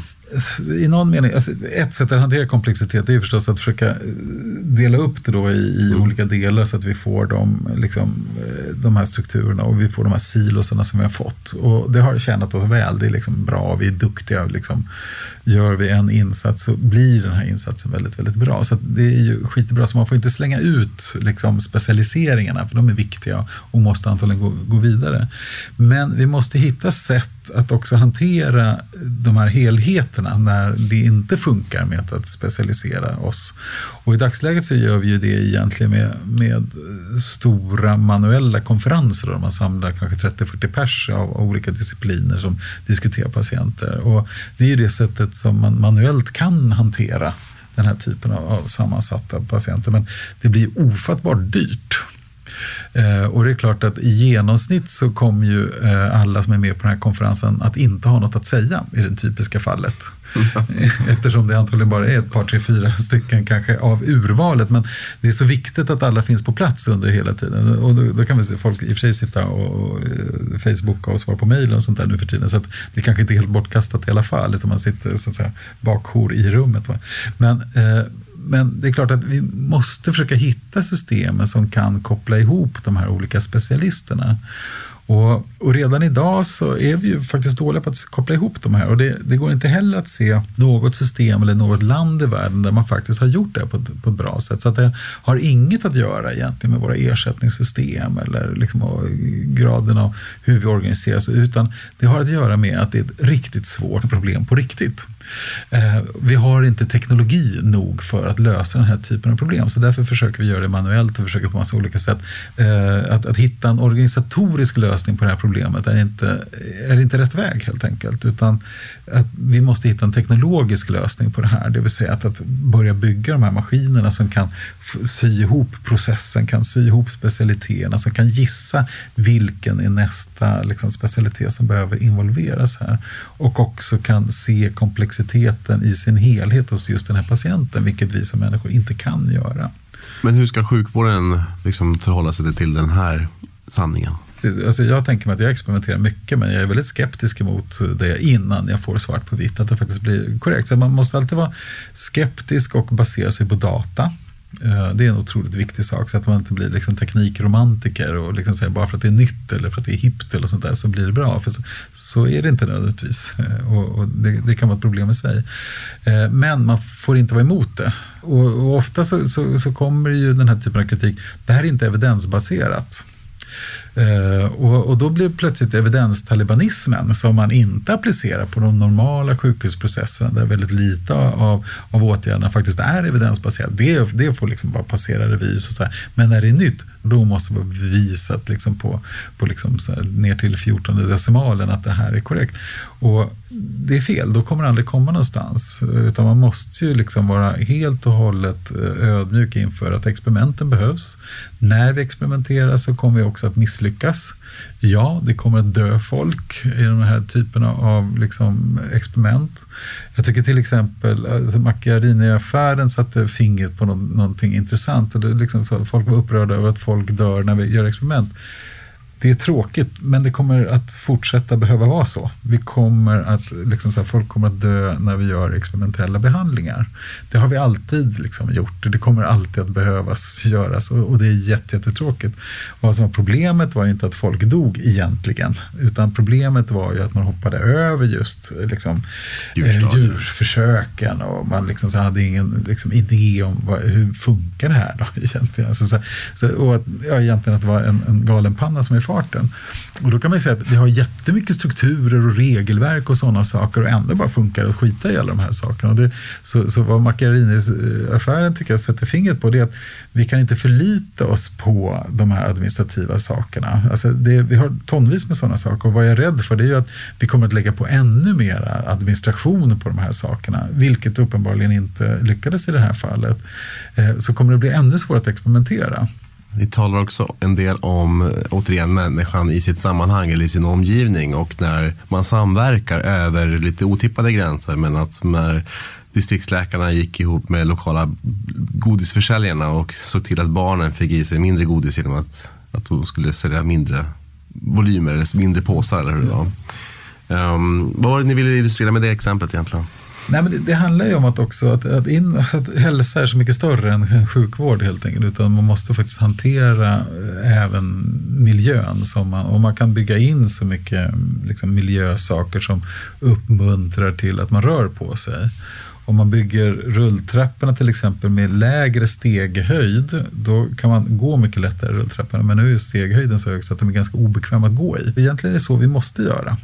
I någon mening, alltså ett sätt att hantera komplexitet är förstås att försöka dela upp det då i, i mm. olika delar så att vi får de, liksom, de här strukturerna och vi får de här silosarna som vi har fått. Och det har tjänat oss väl, det är liksom bra, vi är duktiga. Liksom, gör vi en insats så blir den här insatsen väldigt, väldigt bra. Så det är ju skitbra, så man får inte slänga ut liksom, specialiseringarna, för de är viktiga och måste antagligen gå, gå vidare. Men vi måste hitta sätt att också hantera de här helheterna när det inte funkar med att specialisera oss. Och i dagsläget så gör vi ju det egentligen med, med stora manuella konferenser där man samlar kanske trettio till fyrtio pers av, av olika discipliner som diskuterar patienter. Och det är ju det sättet som man manuellt kan hantera den här typen av, av sammansatta patienter. Men det blir ofattbart dyrt. Eh, och det är klart att i genomsnitt så kommer ju eh, alla som är med på den här konferensen att inte ha något att säga i det typiska fallet. Mm. Eftersom det antagligen bara är ett par, tre, fyra stycken kanske av urvalet. Men det är så viktigt att alla finns på plats under hela tiden. Och då, då kan vi se folk i och för sig sitta och, och Facebooka och svara på mejl och sånt där nu för tiden. Så att det kanske inte är helt bortkastat i alla fall, utan man sitter så att säga bakhor i rummet. Va? Men eh, Men det är klart att vi måste försöka hitta systemen som kan koppla ihop de här olika specialisterna. Och, och redan idag så är vi ju faktiskt dåliga på att koppla ihop de här. Och det, det går inte heller att se något system eller något land i världen där man faktiskt har gjort det på ett, på ett bra sätt. Så att det har inget att göra egentligen med våra ersättningssystem eller liksom graden av hur vi organiserar oss. Utan det har att göra med att det är ett riktigt svårt problem på riktigt. Eh, vi har inte teknologi nog för att lösa den här typen av problem, så därför försöker vi göra det manuellt och försöker på massa olika sätt eh, att, att hitta en organisatorisk lösning på det här problemet är inte, är inte rätt väg helt enkelt, utan att vi måste hitta en teknologisk lösning på det här, det vill säga att, att börja bygga de här maskinerna som kan sy ihop processen, kan sy ihop specialiteterna, som kan gissa vilken är nästa liksom, specialitet som behöver involveras här, och också kan se komplexiteten i sin helhet hos just den här patienten, vilket vi som människor inte kan göra. Men hur ska sjukvården liksom förhålla sig till den här sanningen? Alltså jag tänker mig att jag experimenterar mycket, men jag är väldigt skeptisk emot det innan jag får svart på vitt att det faktiskt blir korrekt. Så man måste alltid vara skeptisk och basera sig på data. Det är en otroligt viktig sak, så att man inte blir liksom teknikromantiker och liksom säger bara för att det är nytt eller för att det är hippt eller sånt där så blir det bra. För så, så är det inte nödvändigtvis, och, och det, det kan vara ett problem i sig. Men man får inte vara emot det. Och, och ofta så, så, så kommer ju den här typen av kritik, det här är inte evidensbaserat. Uh, och, och då blir plötsligt evidenstalibanismen som man inte applicerar på de normala sjukhusprocesserna, där väldigt lite av, av åtgärderna faktiskt är evidensbaserat. Det, det får liksom bara passera revy. Så här. Men när det är nytt, då måste det vara bevisat liksom på, på liksom så här, ner till fjortonde decimalen att det här är korrekt. Och det är fel, då kommer det aldrig komma någonstans. Utan man måste ju liksom vara helt och hållet ödmjuk inför att experimenten behövs. När vi experimenterar så kommer vi också att misslyckas. Ja, det kommer att dö folk i den här typen av liksom, experiment. Jag tycker till exempel att Macchiarini-affären satte fingret på no- någonting intressant. Och det liksom, folk var upprörda över att folk dör när vi gör experiment. Det är tråkigt, men det kommer att fortsätta behöva vara så. Vi kommer att, liksom så här, folk kommer att dö när vi gör experimentella behandlingar. Det har vi alltid liksom gjort. Det kommer alltid att behövas göras, och, och det är jätte, jättetråkigt. Vad som var problemet var ju inte att folk dog egentligen, utan problemet var ju att man hoppade över just liksom, eh, djurförsöken, och man liksom så hade ingen liksom, idé om vad, hur funkar det här då egentligen. Alltså, så, så, och att, ja, egentligen att det var en, en galen panna som är farten. Och då kan man ju säga att det har jättemycket strukturer och regelverk och sådana saker, och ändå bara funkar att skita i alla de här sakerna. Och det, så, så vad Macchiarinis-affären tycker jag sätter fingret på, det är att vi kan inte förlita oss på de här administrativa sakerna. Alltså det, vi har tonvis med sådana saker, och vad jag är rädd för det är ju att vi kommer att lägga på ännu mer administration på de här sakerna, vilket uppenbarligen inte lyckades i det här fallet. Så kommer det bli ännu svårare att experimentera. Vi talar också en del om, återigen, människan i sitt sammanhang eller i sin omgivning, och när man samverkar över lite otippade gränser, men att när distriktsläkarna gick ihop med lokala godisförsäljarna och såg till att barnen fick i sig mindre godis genom att, att de skulle sälja mindre volymer eller mindre påsar, eller hur det var. Um, vad var det ni ville illustrera med det exemplet egentligen? Nej, men det, det handlar ju om att också att, att, in, att hälsa är så mycket större än sjukvård helt enkelt, utan man måste faktiskt hantera även miljön som man, och man kan bygga in så mycket liksom, miljösaker som uppmuntrar till att man rör på sig. Om man bygger rulltrapporna till exempel med lägre steghöjd, då kan man gå mycket lättare rulltrapporna, men nu är ju steghöjden så hög så att de är ganska obekväma att gå i. Egentligen är det så vi måste göra.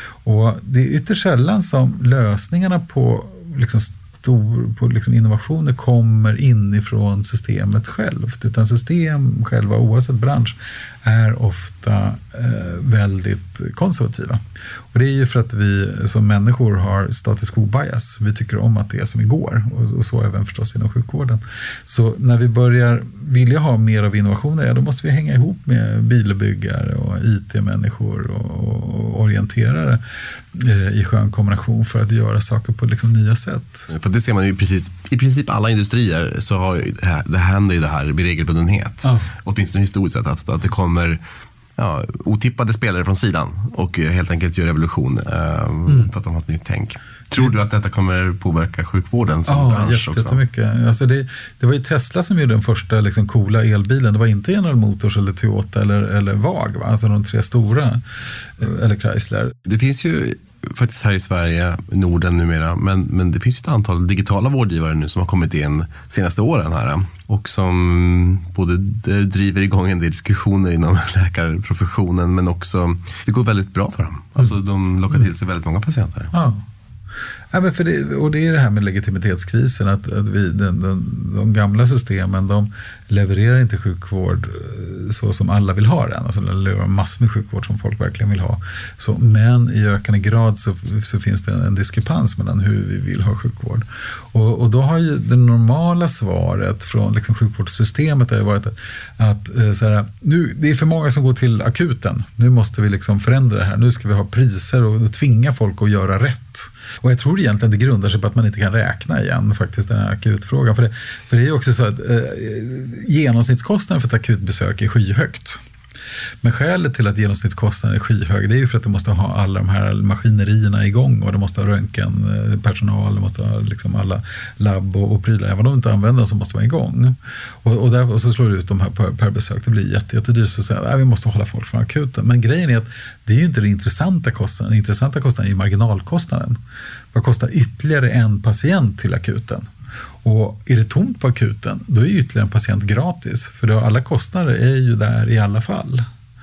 Och det är ytterst sällan som lösningarna på, liksom stor, på liksom innovationer kommer inifrån systemet självt, utan system själva, oavsett bransch, är ofta eh, väldigt konservativa. Och det är ju för att vi som människor har status quo bias. Vi tycker om att det är som igår, och, och så även förstås inom sjukvården. Så när vi börjar vilja ha mer av innovationer, ja, då måste vi hänga ihop med bilbyggare och I T-människor och, och orienterare eh, i skön kombination för att göra saker på liksom nya sätt. För det ser man ju precis, i princip alla industrier så har ju, det händer ju det här med regelbundenhet. Ja. Åtminstone historiskt sett, att, att det kommer ja, otippade spelare från sidan och helt enkelt gör revolution eh, mm. för att de har ett nytt tänk. Tror du att detta kommer påverka sjukvården som ja, bransch också? Ja, jättemycket. Alltså det, det var ju Tesla som gjorde den första liksom coola elbilen. Det var inte General Motors eller Toyota eller, eller VAG, va? Alltså de tre stora, eller Chrysler. Det finns ju faktiskt här i Sverige, Norden numera, men, men det finns ju ett antal digitala vårdgivare nu som har kommit in senaste åren här, och som både driver igång en del diskussioner inom läkarprofessionen, men också det går väldigt bra för dem. Alltså de lockar till sig väldigt många patienter. Ja. Ja, men för det, och det är det här med legitimitetskrisen, att, att vi, den, den, de gamla systemen, de levererar inte sjukvård så som alla vill ha den, alltså de levererar massor med sjukvård som folk verkligen vill ha, så, men i ökande grad så, så finns det en diskrepans mellan hur vi vill ha sjukvård, och, och då har ju det normala svaret från liksom sjukvårdssystemet har ju varit att, att så här, nu, det är för många som går till akuten, nu måste vi liksom förändra det här, nu ska vi ha priser och tvinga folk att göra rätt. Och jag tror egentligen det grundar sig på att man inte kan räkna igen faktiskt den här akutfrågan. För det, för det är ju också så att eh, genomsnittskostnaden för ett akutbesök är skyhögt. Men skälet till att genomsnittskostnaden är skyhög, det är ju för att du måste ha alla de här maskinerierna igång, och du måste ha röntgenpersonal, du måste ha liksom alla labb och, och prylar. Även om du inte använder dem så måste vara igång. Och, och, där, och så slår du ut de här per, per besök. Det blir jätte, jättedyrt så att säga, nej, vi måste hålla folk från akuten. Men grejen är att det är ju inte den intressanta kostnaden. Den intressanta kostnaden är ju marginalkostnaden. Vad kostar ytterligare en patient till akuten? Och är det tomt på akuten, då är ytterligare en patient gratis. För då alla kostnader är ju där i alla fall.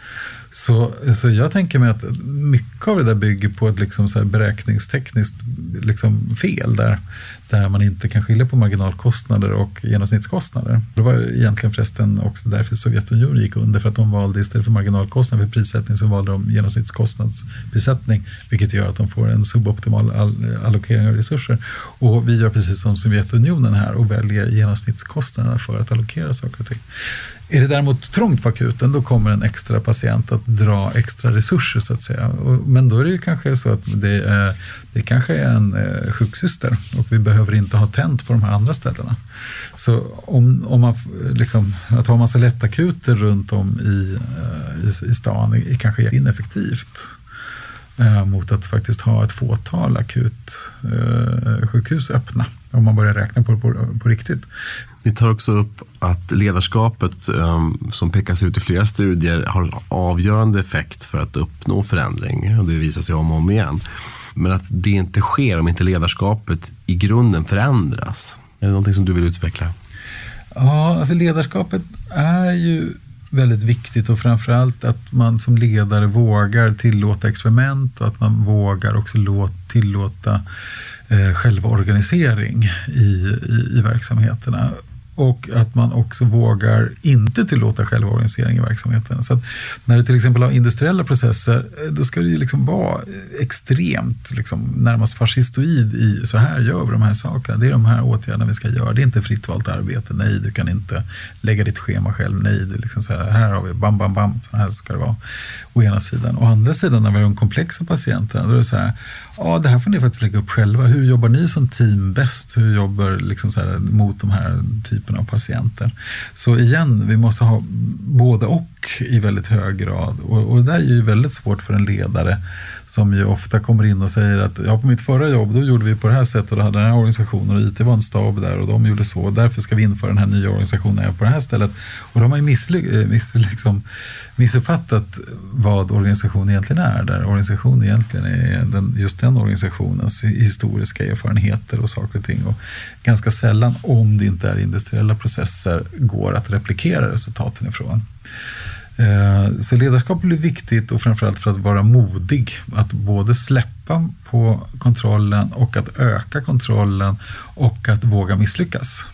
Så, så jag tänker mig att mycket av det där bygger på ett liksom så här beräkningstekniskt liksom fel där, där man inte kan skilja på marginalkostnader och genomsnittskostnader. Det var egentligen förresten också därför Sovjetunionen gick under, för att de valde istället för marginalkostnader för prissättning så valde de genomsnittskostnadsprissättning, vilket gör att de får en suboptimal all- allokering av resurser. Och vi gör precis som Sovjetunionen här och väljer genomsnittskostnaderna för att allokera saker och ting. Är det däremot trångt på akuten, då kommer en extra patient att dra extra resurser så att säga. Men då är det ju kanske så att det är, det kanske är en eh, sjuksyster och vi behöver inte ha tänt på de här andra ställena. Så om, om man liksom, att ha massa lättakuter runt om i, i, i stan är, är kanske ineffektivt eh, mot att faktiskt ha ett fåtal akut eh, sjukhus öppna, om man börjar räkna på, på, på riktigt. Ni tar också upp att ledarskapet um, som pekas ut i flera studier har avgörande effekt för att uppnå förändring, och det visar sig om och om igen. Men att det inte sker om inte ledarskapet i grunden förändras. Är det någonting som du vill utveckla? Ja, alltså ledarskapet är ju väldigt viktigt, och framförallt att man som ledare vågar tillåta experiment och att man vågar också låt, tillåta eh, själva organisering i, i, i verksamheterna. och att man också vågar inte tillåta självorganisering i verksamheten. Så att när du till exempel har industriella processer, då ska det ju liksom vara extremt liksom, närmast fascistoid i så här gör vi de här sakerna. Det är de här åtgärderna vi ska göra. Det är inte fritt valt arbete. Nej, du kan inte lägga ditt schema själv. Nej, det är liksom så här, här har vi bam, bam, bam. Så här ska det vara. Å ena sidan. Å andra sidan när vi har de komplexa patienterna, då är det så här, ja, det här får ni faktiskt lägga upp själva. Hur jobbar ni som team bäst? Hur jobbar liksom så här mot de här typerna av patienter? Så igen, vi måste ha både och i väldigt hög grad. Och, och det där är ju väldigt svårt för en ledare som ju ofta kommer in och säger att ja, på mitt förra jobb då gjorde vi på det här sättet och då hade den här organisationen och I T var en stab där och de gjorde så. Och därför ska vi införa den här nya organisationen på det här stället. Och de har ju missly- miss, liksom, missuppfattat vad organisation egentligen är. Där organisation egentligen är den, just den organisationens historiska erfarenheter och saker och ting. Och ganska sällan, om det inte är industriella processer, går att replikera resultaten ifrån. Så ledarskap blir viktigt och framförallt för att vara modig. Att både släppa på kontrollen och att öka kontrollen och att våga misslyckas.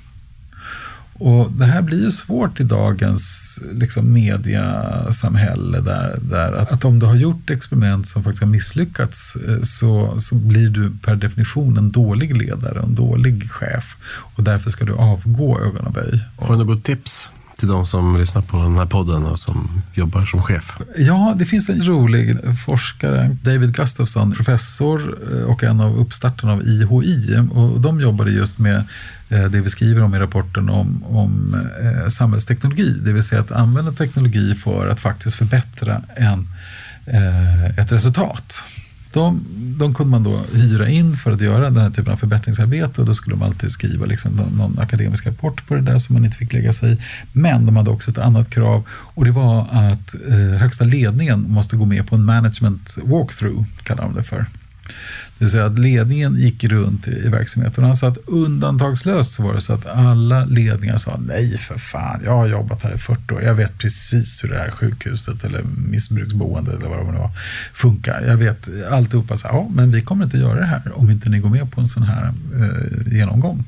Och det här blir ju svårt i dagens liksom, mediasamhälle där, där att, att om du har gjort experiment som faktiskt har misslyckats så, så blir du per definition en dålig ledare, en dålig chef och därför ska du avgå ögon och böj. Har du något tips till de som lyssnar på den här podden och som jobbar som chef? Ja, det finns en rolig forskare, David Gustafsson, professor och en av uppstarterna av I H I. Och de jobbade just med det vi skriver om i rapporten om, om eh, samhällsteknologi. Det vill säga att använda teknologi för att faktiskt förbättra en, eh, ett resultat. De, de kunde man då hyra in för att göra den här typen av förbättringsarbete och då skulle de alltid skriva liksom någon, någon akademisk rapport på det där som man inte fick lägga sig i. Men de hade också ett annat krav och det var att eh, högsta ledningen måste gå med på en management walkthrough, kallar de det för. Det vill säga att ledningen gick runt i, i verksamheten. Han sa att undantagslöst så var det så att alla ledningar sa nej för fan, jag har jobbat här i fyrtio år. Jag vet precis hur det här sjukhuset eller missbruksboende eller vad det var funkar. Jag vet alltihopa så ja men vi kommer inte göra det här om inte ni går med på en sån här eh, genomgång.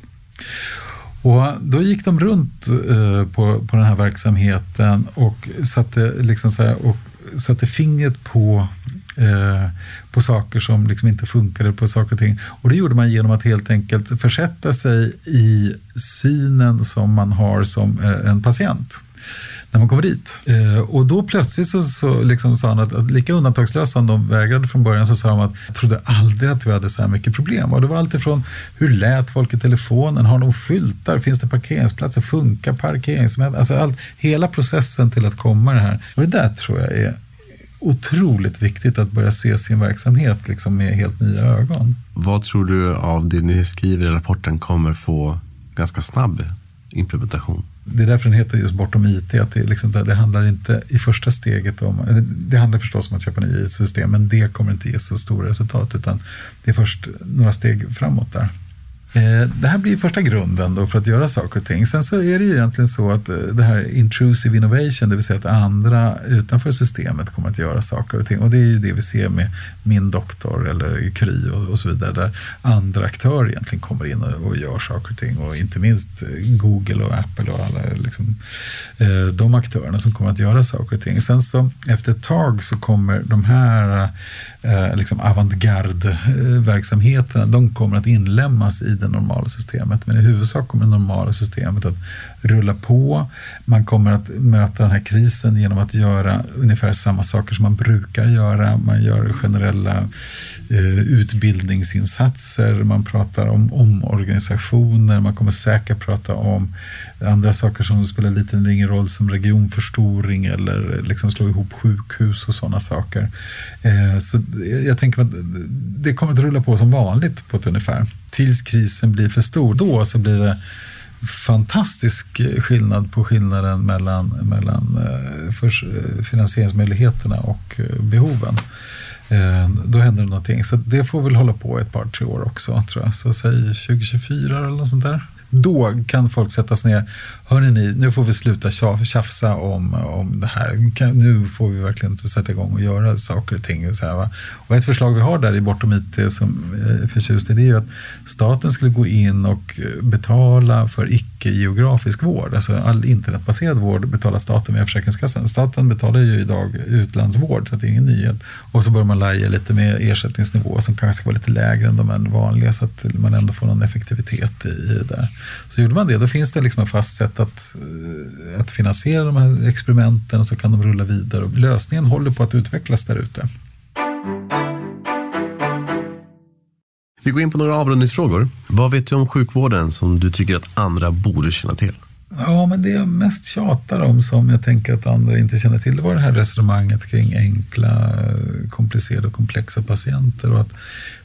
Och då gick de runt eh, på, på den här verksamheten och satte liksom så här och satte fingret på Eh, på saker som liksom inte funkade på saker och ting. Och det gjorde man genom att helt enkelt försätta sig i synen som man har som eh, en patient när man kommer dit. Eh, och då plötsligt så, så liksom sa han att, att lika undantagslöst som de vägrade från början så sa de att jag trodde aldrig att vi hade så här mycket problem. Och det var allt ifrån hur lät folk i telefonen, har de skyltar, finns det parkeringsplatser, funkar parkeringsmätare, alltså allt, hela processen till att komma det här. Och det där tror jag är otroligt viktigt att börja se sin verksamhet liksom med helt nya ögon. Vad tror du av det ni skriver i rapporten kommer få ganska snabb implementation? Det är därför den heter just Bortom I T. Att det, liksom, det handlar inte i första steget om, det handlar förstås om att köpa nya system, men det kommer inte ge så stora resultat utan det är först några steg framåt där. Det här blir första grunden då för att göra saker och ting. Sen så är det ju egentligen så att det här intrusive innovation, det vill säga att andra utanför systemet kommer att göra saker och ting. Och det är ju det vi ser med Min doktor eller Kry och, och så vidare, där andra aktörer egentligen kommer in och, och gör saker och ting. Och inte minst Google och Apple och alla liksom, de aktörerna som kommer att göra saker och ting. Sen så efter ett tag så kommer de här liksom avantgarde-verksamheterna, de kommer att inlämnas i det normala systemet. Men i huvudsak kommer det normala systemet att rulla på. Man kommer att möta den här krisen genom att göra ungefär samma saker som man brukar göra. Man gör generella eh, utbildningsinsatser. Man pratar om omorganisationer. Man kommer säkert prata om andra saker som spelar lite ingen roll som regionförstoring eller liksom slå ihop sjukhus och sådana saker. Eh, så jag tänker att det kommer att rulla på som vanligt på ett ungefär. Tills krisen blir för stor. Då så blir det fantastisk skillnad på skillnaden mellan, mellan för finansieringsmöjligheterna och behoven. Då händer det någonting. Så det får väl hålla på ett par, tre år också tror jag. Så säg tjugo tjugofyra eller något sånt där. Då kan folk sättas ner. Hörrni ni, nu får vi sluta tjafsa om, om det här. Kan, nu får vi verkligen sätta igång och göra saker och ting. Och, så här, va? Och ett förslag vi har där i Bortom I T som är förtjust i det är ju att staten skulle gå in och betala för icke-geografisk vård. Alltså all internetbaserad vård betalar staten via Försäkringskassan. Staten betalar ju idag utlandsvård så att det är ingen nyhet. Och så börjar man laja lite med ersättningsnivå som kanske ska vara lite lägre än de här vanliga så att man ändå får någon effektivitet i, i det där. Så gjorde man det, då finns det liksom en fast sätt att, att finansiera de här experimenten och så kan de rulla vidare. Och lösningen håller på att utvecklas där ute. Vi går in på några avrundningsfrågor. Vad vet du om sjukvården som du tycker att andra borde känna till? Ja, men det jag mest tjatar om som jag tänker att andra inte känner till, det var det här resonemanget kring enkla, komplicerade och komplexa patienter och att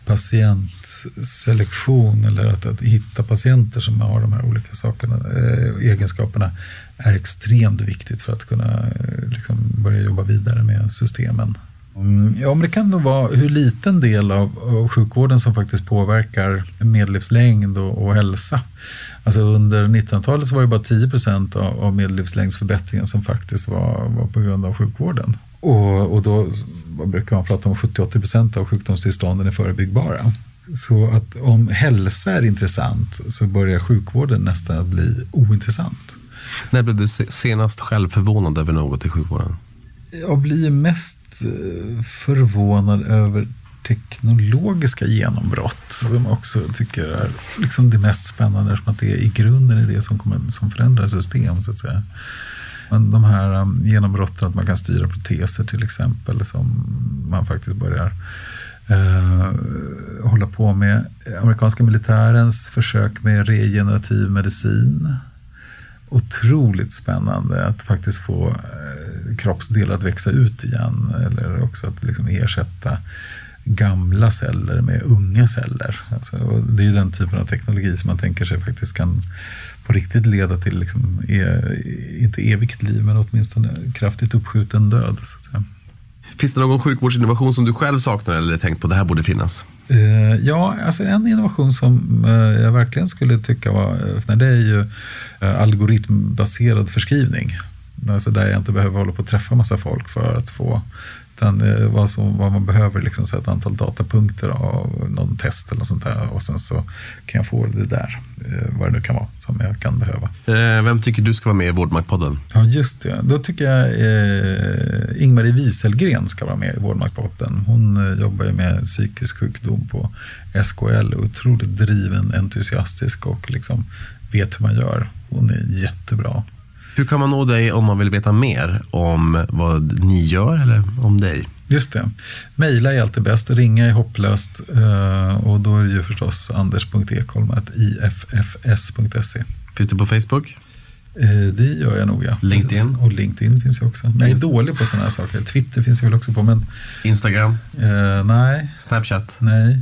patientselektion eller att, att hitta patienter som har de här olika sakerna, äh, egenskaperna är extremt viktigt för att kunna liksom, börja jobba vidare med systemen. Mm, ja, men det kan nog vara hur liten del av, av sjukvården som faktiskt påverkar medellivslängd och, och hälsa. Alltså under nittonhundratalet så var det bara tio procent av, av medellivslängdsförbättringen som faktiskt var, var på grund av sjukvården. Och, och då brukar man prata om sjuttio till åttio procent av sjukdomstillstånden är förebyggbara. Så att om hälsa är intressant så börjar sjukvården nästan att bli ointressant. När blev du senast själv förvånad över något i sjukvården? Jag blir mest förvånad över teknologiska genombrott som jag också tycker är liksom det mest spännande, som att det är i grunden är det som, kommer, som förändrar system så att säga. Men de här um, genombrotten att man kan styra proteser till exempel som man faktiskt börjar uh, hålla på med. Amerikanska militärens försök med regenerativ medicin. Otroligt spännande att faktiskt få eh, kroppsdelar att växa ut igen eller också att liksom ersätta gamla celler med unga celler. Alltså, och det är ju den typen av teknologi som man tänker sig faktiskt kan på riktigt leda till liksom, e, inte evigt liv men åtminstone kraftigt uppskjuten död. Så att säga. Finns det någon sjukvårdsinnovation som du själv saknar eller tänkt på det här borde finnas? Uh, ja, alltså en innovation som uh, jag verkligen skulle tycka var, för det är ju uh, algoritmbaserad förskrivning. Alltså där jag inte behöver hålla på att träffa massa folk för att få utan uh, vad, som, vad man behöver liksom så ett antal datapunkter av någon test eller något sånt där och sen så kan jag få det där, uh, vad det nu kan vara som jag kan behöva. Uh, vem tycker du ska vara med i Vårdmaktpodden? Ja, just det. Då tycker jag uh, Ingmarie Wieselgren ska vara med i Vårdmaktpodden. Hon uh, jobbar ju med psykisk sjukdom på S K L, otroligt driven, entusiastisk och liksom vet hur man gör. Hon är jättebra. Hur kan man nå dig om man vill veta mer om vad ni gör eller om dig? Just det. Mejla är alltid bäst, ringa är hopplöst och då är det ju förstås anders punkt ekholm at i f f s punkt se. Finns du på Facebook? Det gör jag nog, ja. LinkedIn? Och LinkedIn finns ju också. Men jag är dålig på sådana här saker. Twitter finns jag väl också på, men... Instagram? Uh, nej. Snapchat? Nej.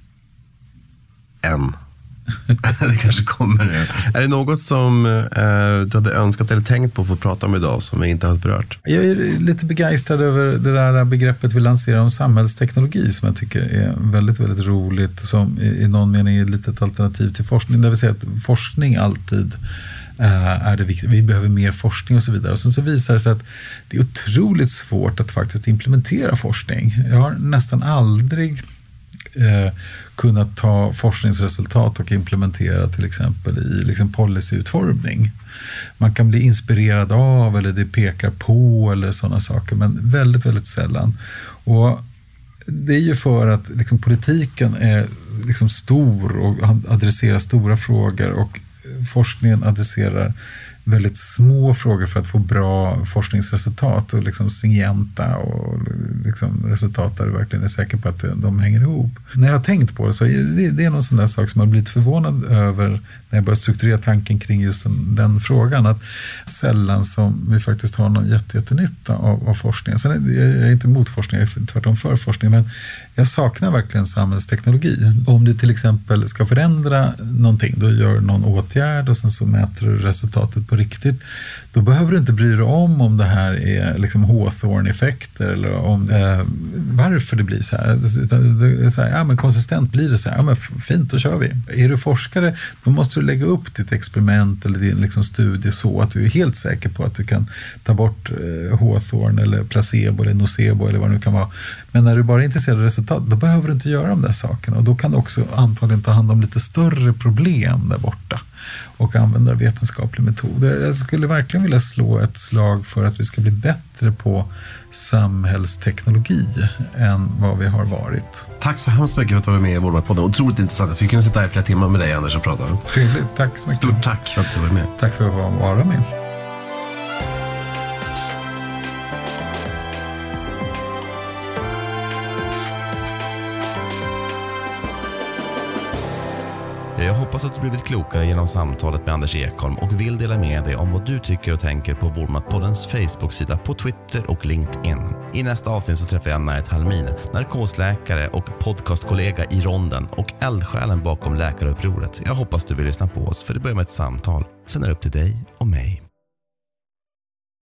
Än. Det kanske kommer nu. Är det något som eh, du hade önskat eller tänkt på att få prata om idag som vi inte har berört? Jag är lite begeistrad över det där begreppet vi lanserar om samhällsteknologi som jag tycker är väldigt, väldigt roligt som i någon mening är ett litet alternativ till forskning. Det vill säga att forskning alltid eh, är det viktigt. Vi behöver mer forskning och så vidare. Och sen så visar det sig att det är otroligt svårt att faktiskt implementera forskning. Jag har nästan aldrig Eh, kunna ta forskningsresultat och implementera till exempel i liksom policyutformning. Man kan bli inspirerad av eller det pekar på eller sådana saker, men väldigt, väldigt sällan. Och det är ju för att liksom, politiken är liksom stor och adresserar stora frågor och forskningen adresserar väldigt små frågor för att få bra forskningsresultat och liksom stringenta och liksom resultat där du verkligen är säker på att de hänger ihop. När jag har tänkt på det så är det, det är någon sån där sak som jag har blivit förvånad över när jag börjar strukturera tanken kring just den, den frågan, att sällan som vi faktiskt har någon jätte, jättenytta av, av forskning. Sen är jag är inte emot forskning, jag är tvärtom för forskning, men jag saknar verkligen samhällsteknologi. Om du till exempel ska förändra någonting, då gör någon åtgärd och sen så mäter du resultatet på på riktigt, då behöver du inte bry dig om om det här är liksom Hawthorne-effekter eller om eh, varför det blir så här. Utan det är så här, ja men konsistent blir det så här, ja men fint, då kör vi. Är du forskare, då måste du lägga upp ditt experiment eller din liksom studie så att du är helt säker på att du kan ta bort eh, Hawthorne eller placebo eller nocebo eller vad det nu kan vara. Men när du bara är intresserad av resultat, då behöver du inte göra de där sakerna, och då kan du också antagligen ta hand om lite större problem där borta och använda vetenskaplig metod. Jag skulle verkligen vilja slå ett slag för att vi ska bli bättre på samhällsteknologi än vad vi har varit. Tack så hemskt mycket för att du var med i Vårdmatpodden. Otroligt intressant. Jag skulle kunna sitta här i flera timmar med dig, Anders, och prata. Trevligt, tack så mycket. Stort tack för att du var med. Tack för att få vara med. Jag hoppas att du blivit klokare genom samtalet med Anders Ekholm och vill dela med dig om vad du tycker och tänker på Vårdmatpoddens Facebook-sida, på Twitter och LinkedIn. I nästa avsnitt så träffar jag Narit Halmin, narkosläkare och podcastkollega i Ronden och eldsjälen bakom Läkarupproret. Jag hoppas du vill lyssna på oss, för det börjar med ett samtal. Sen är det upp till dig och mig.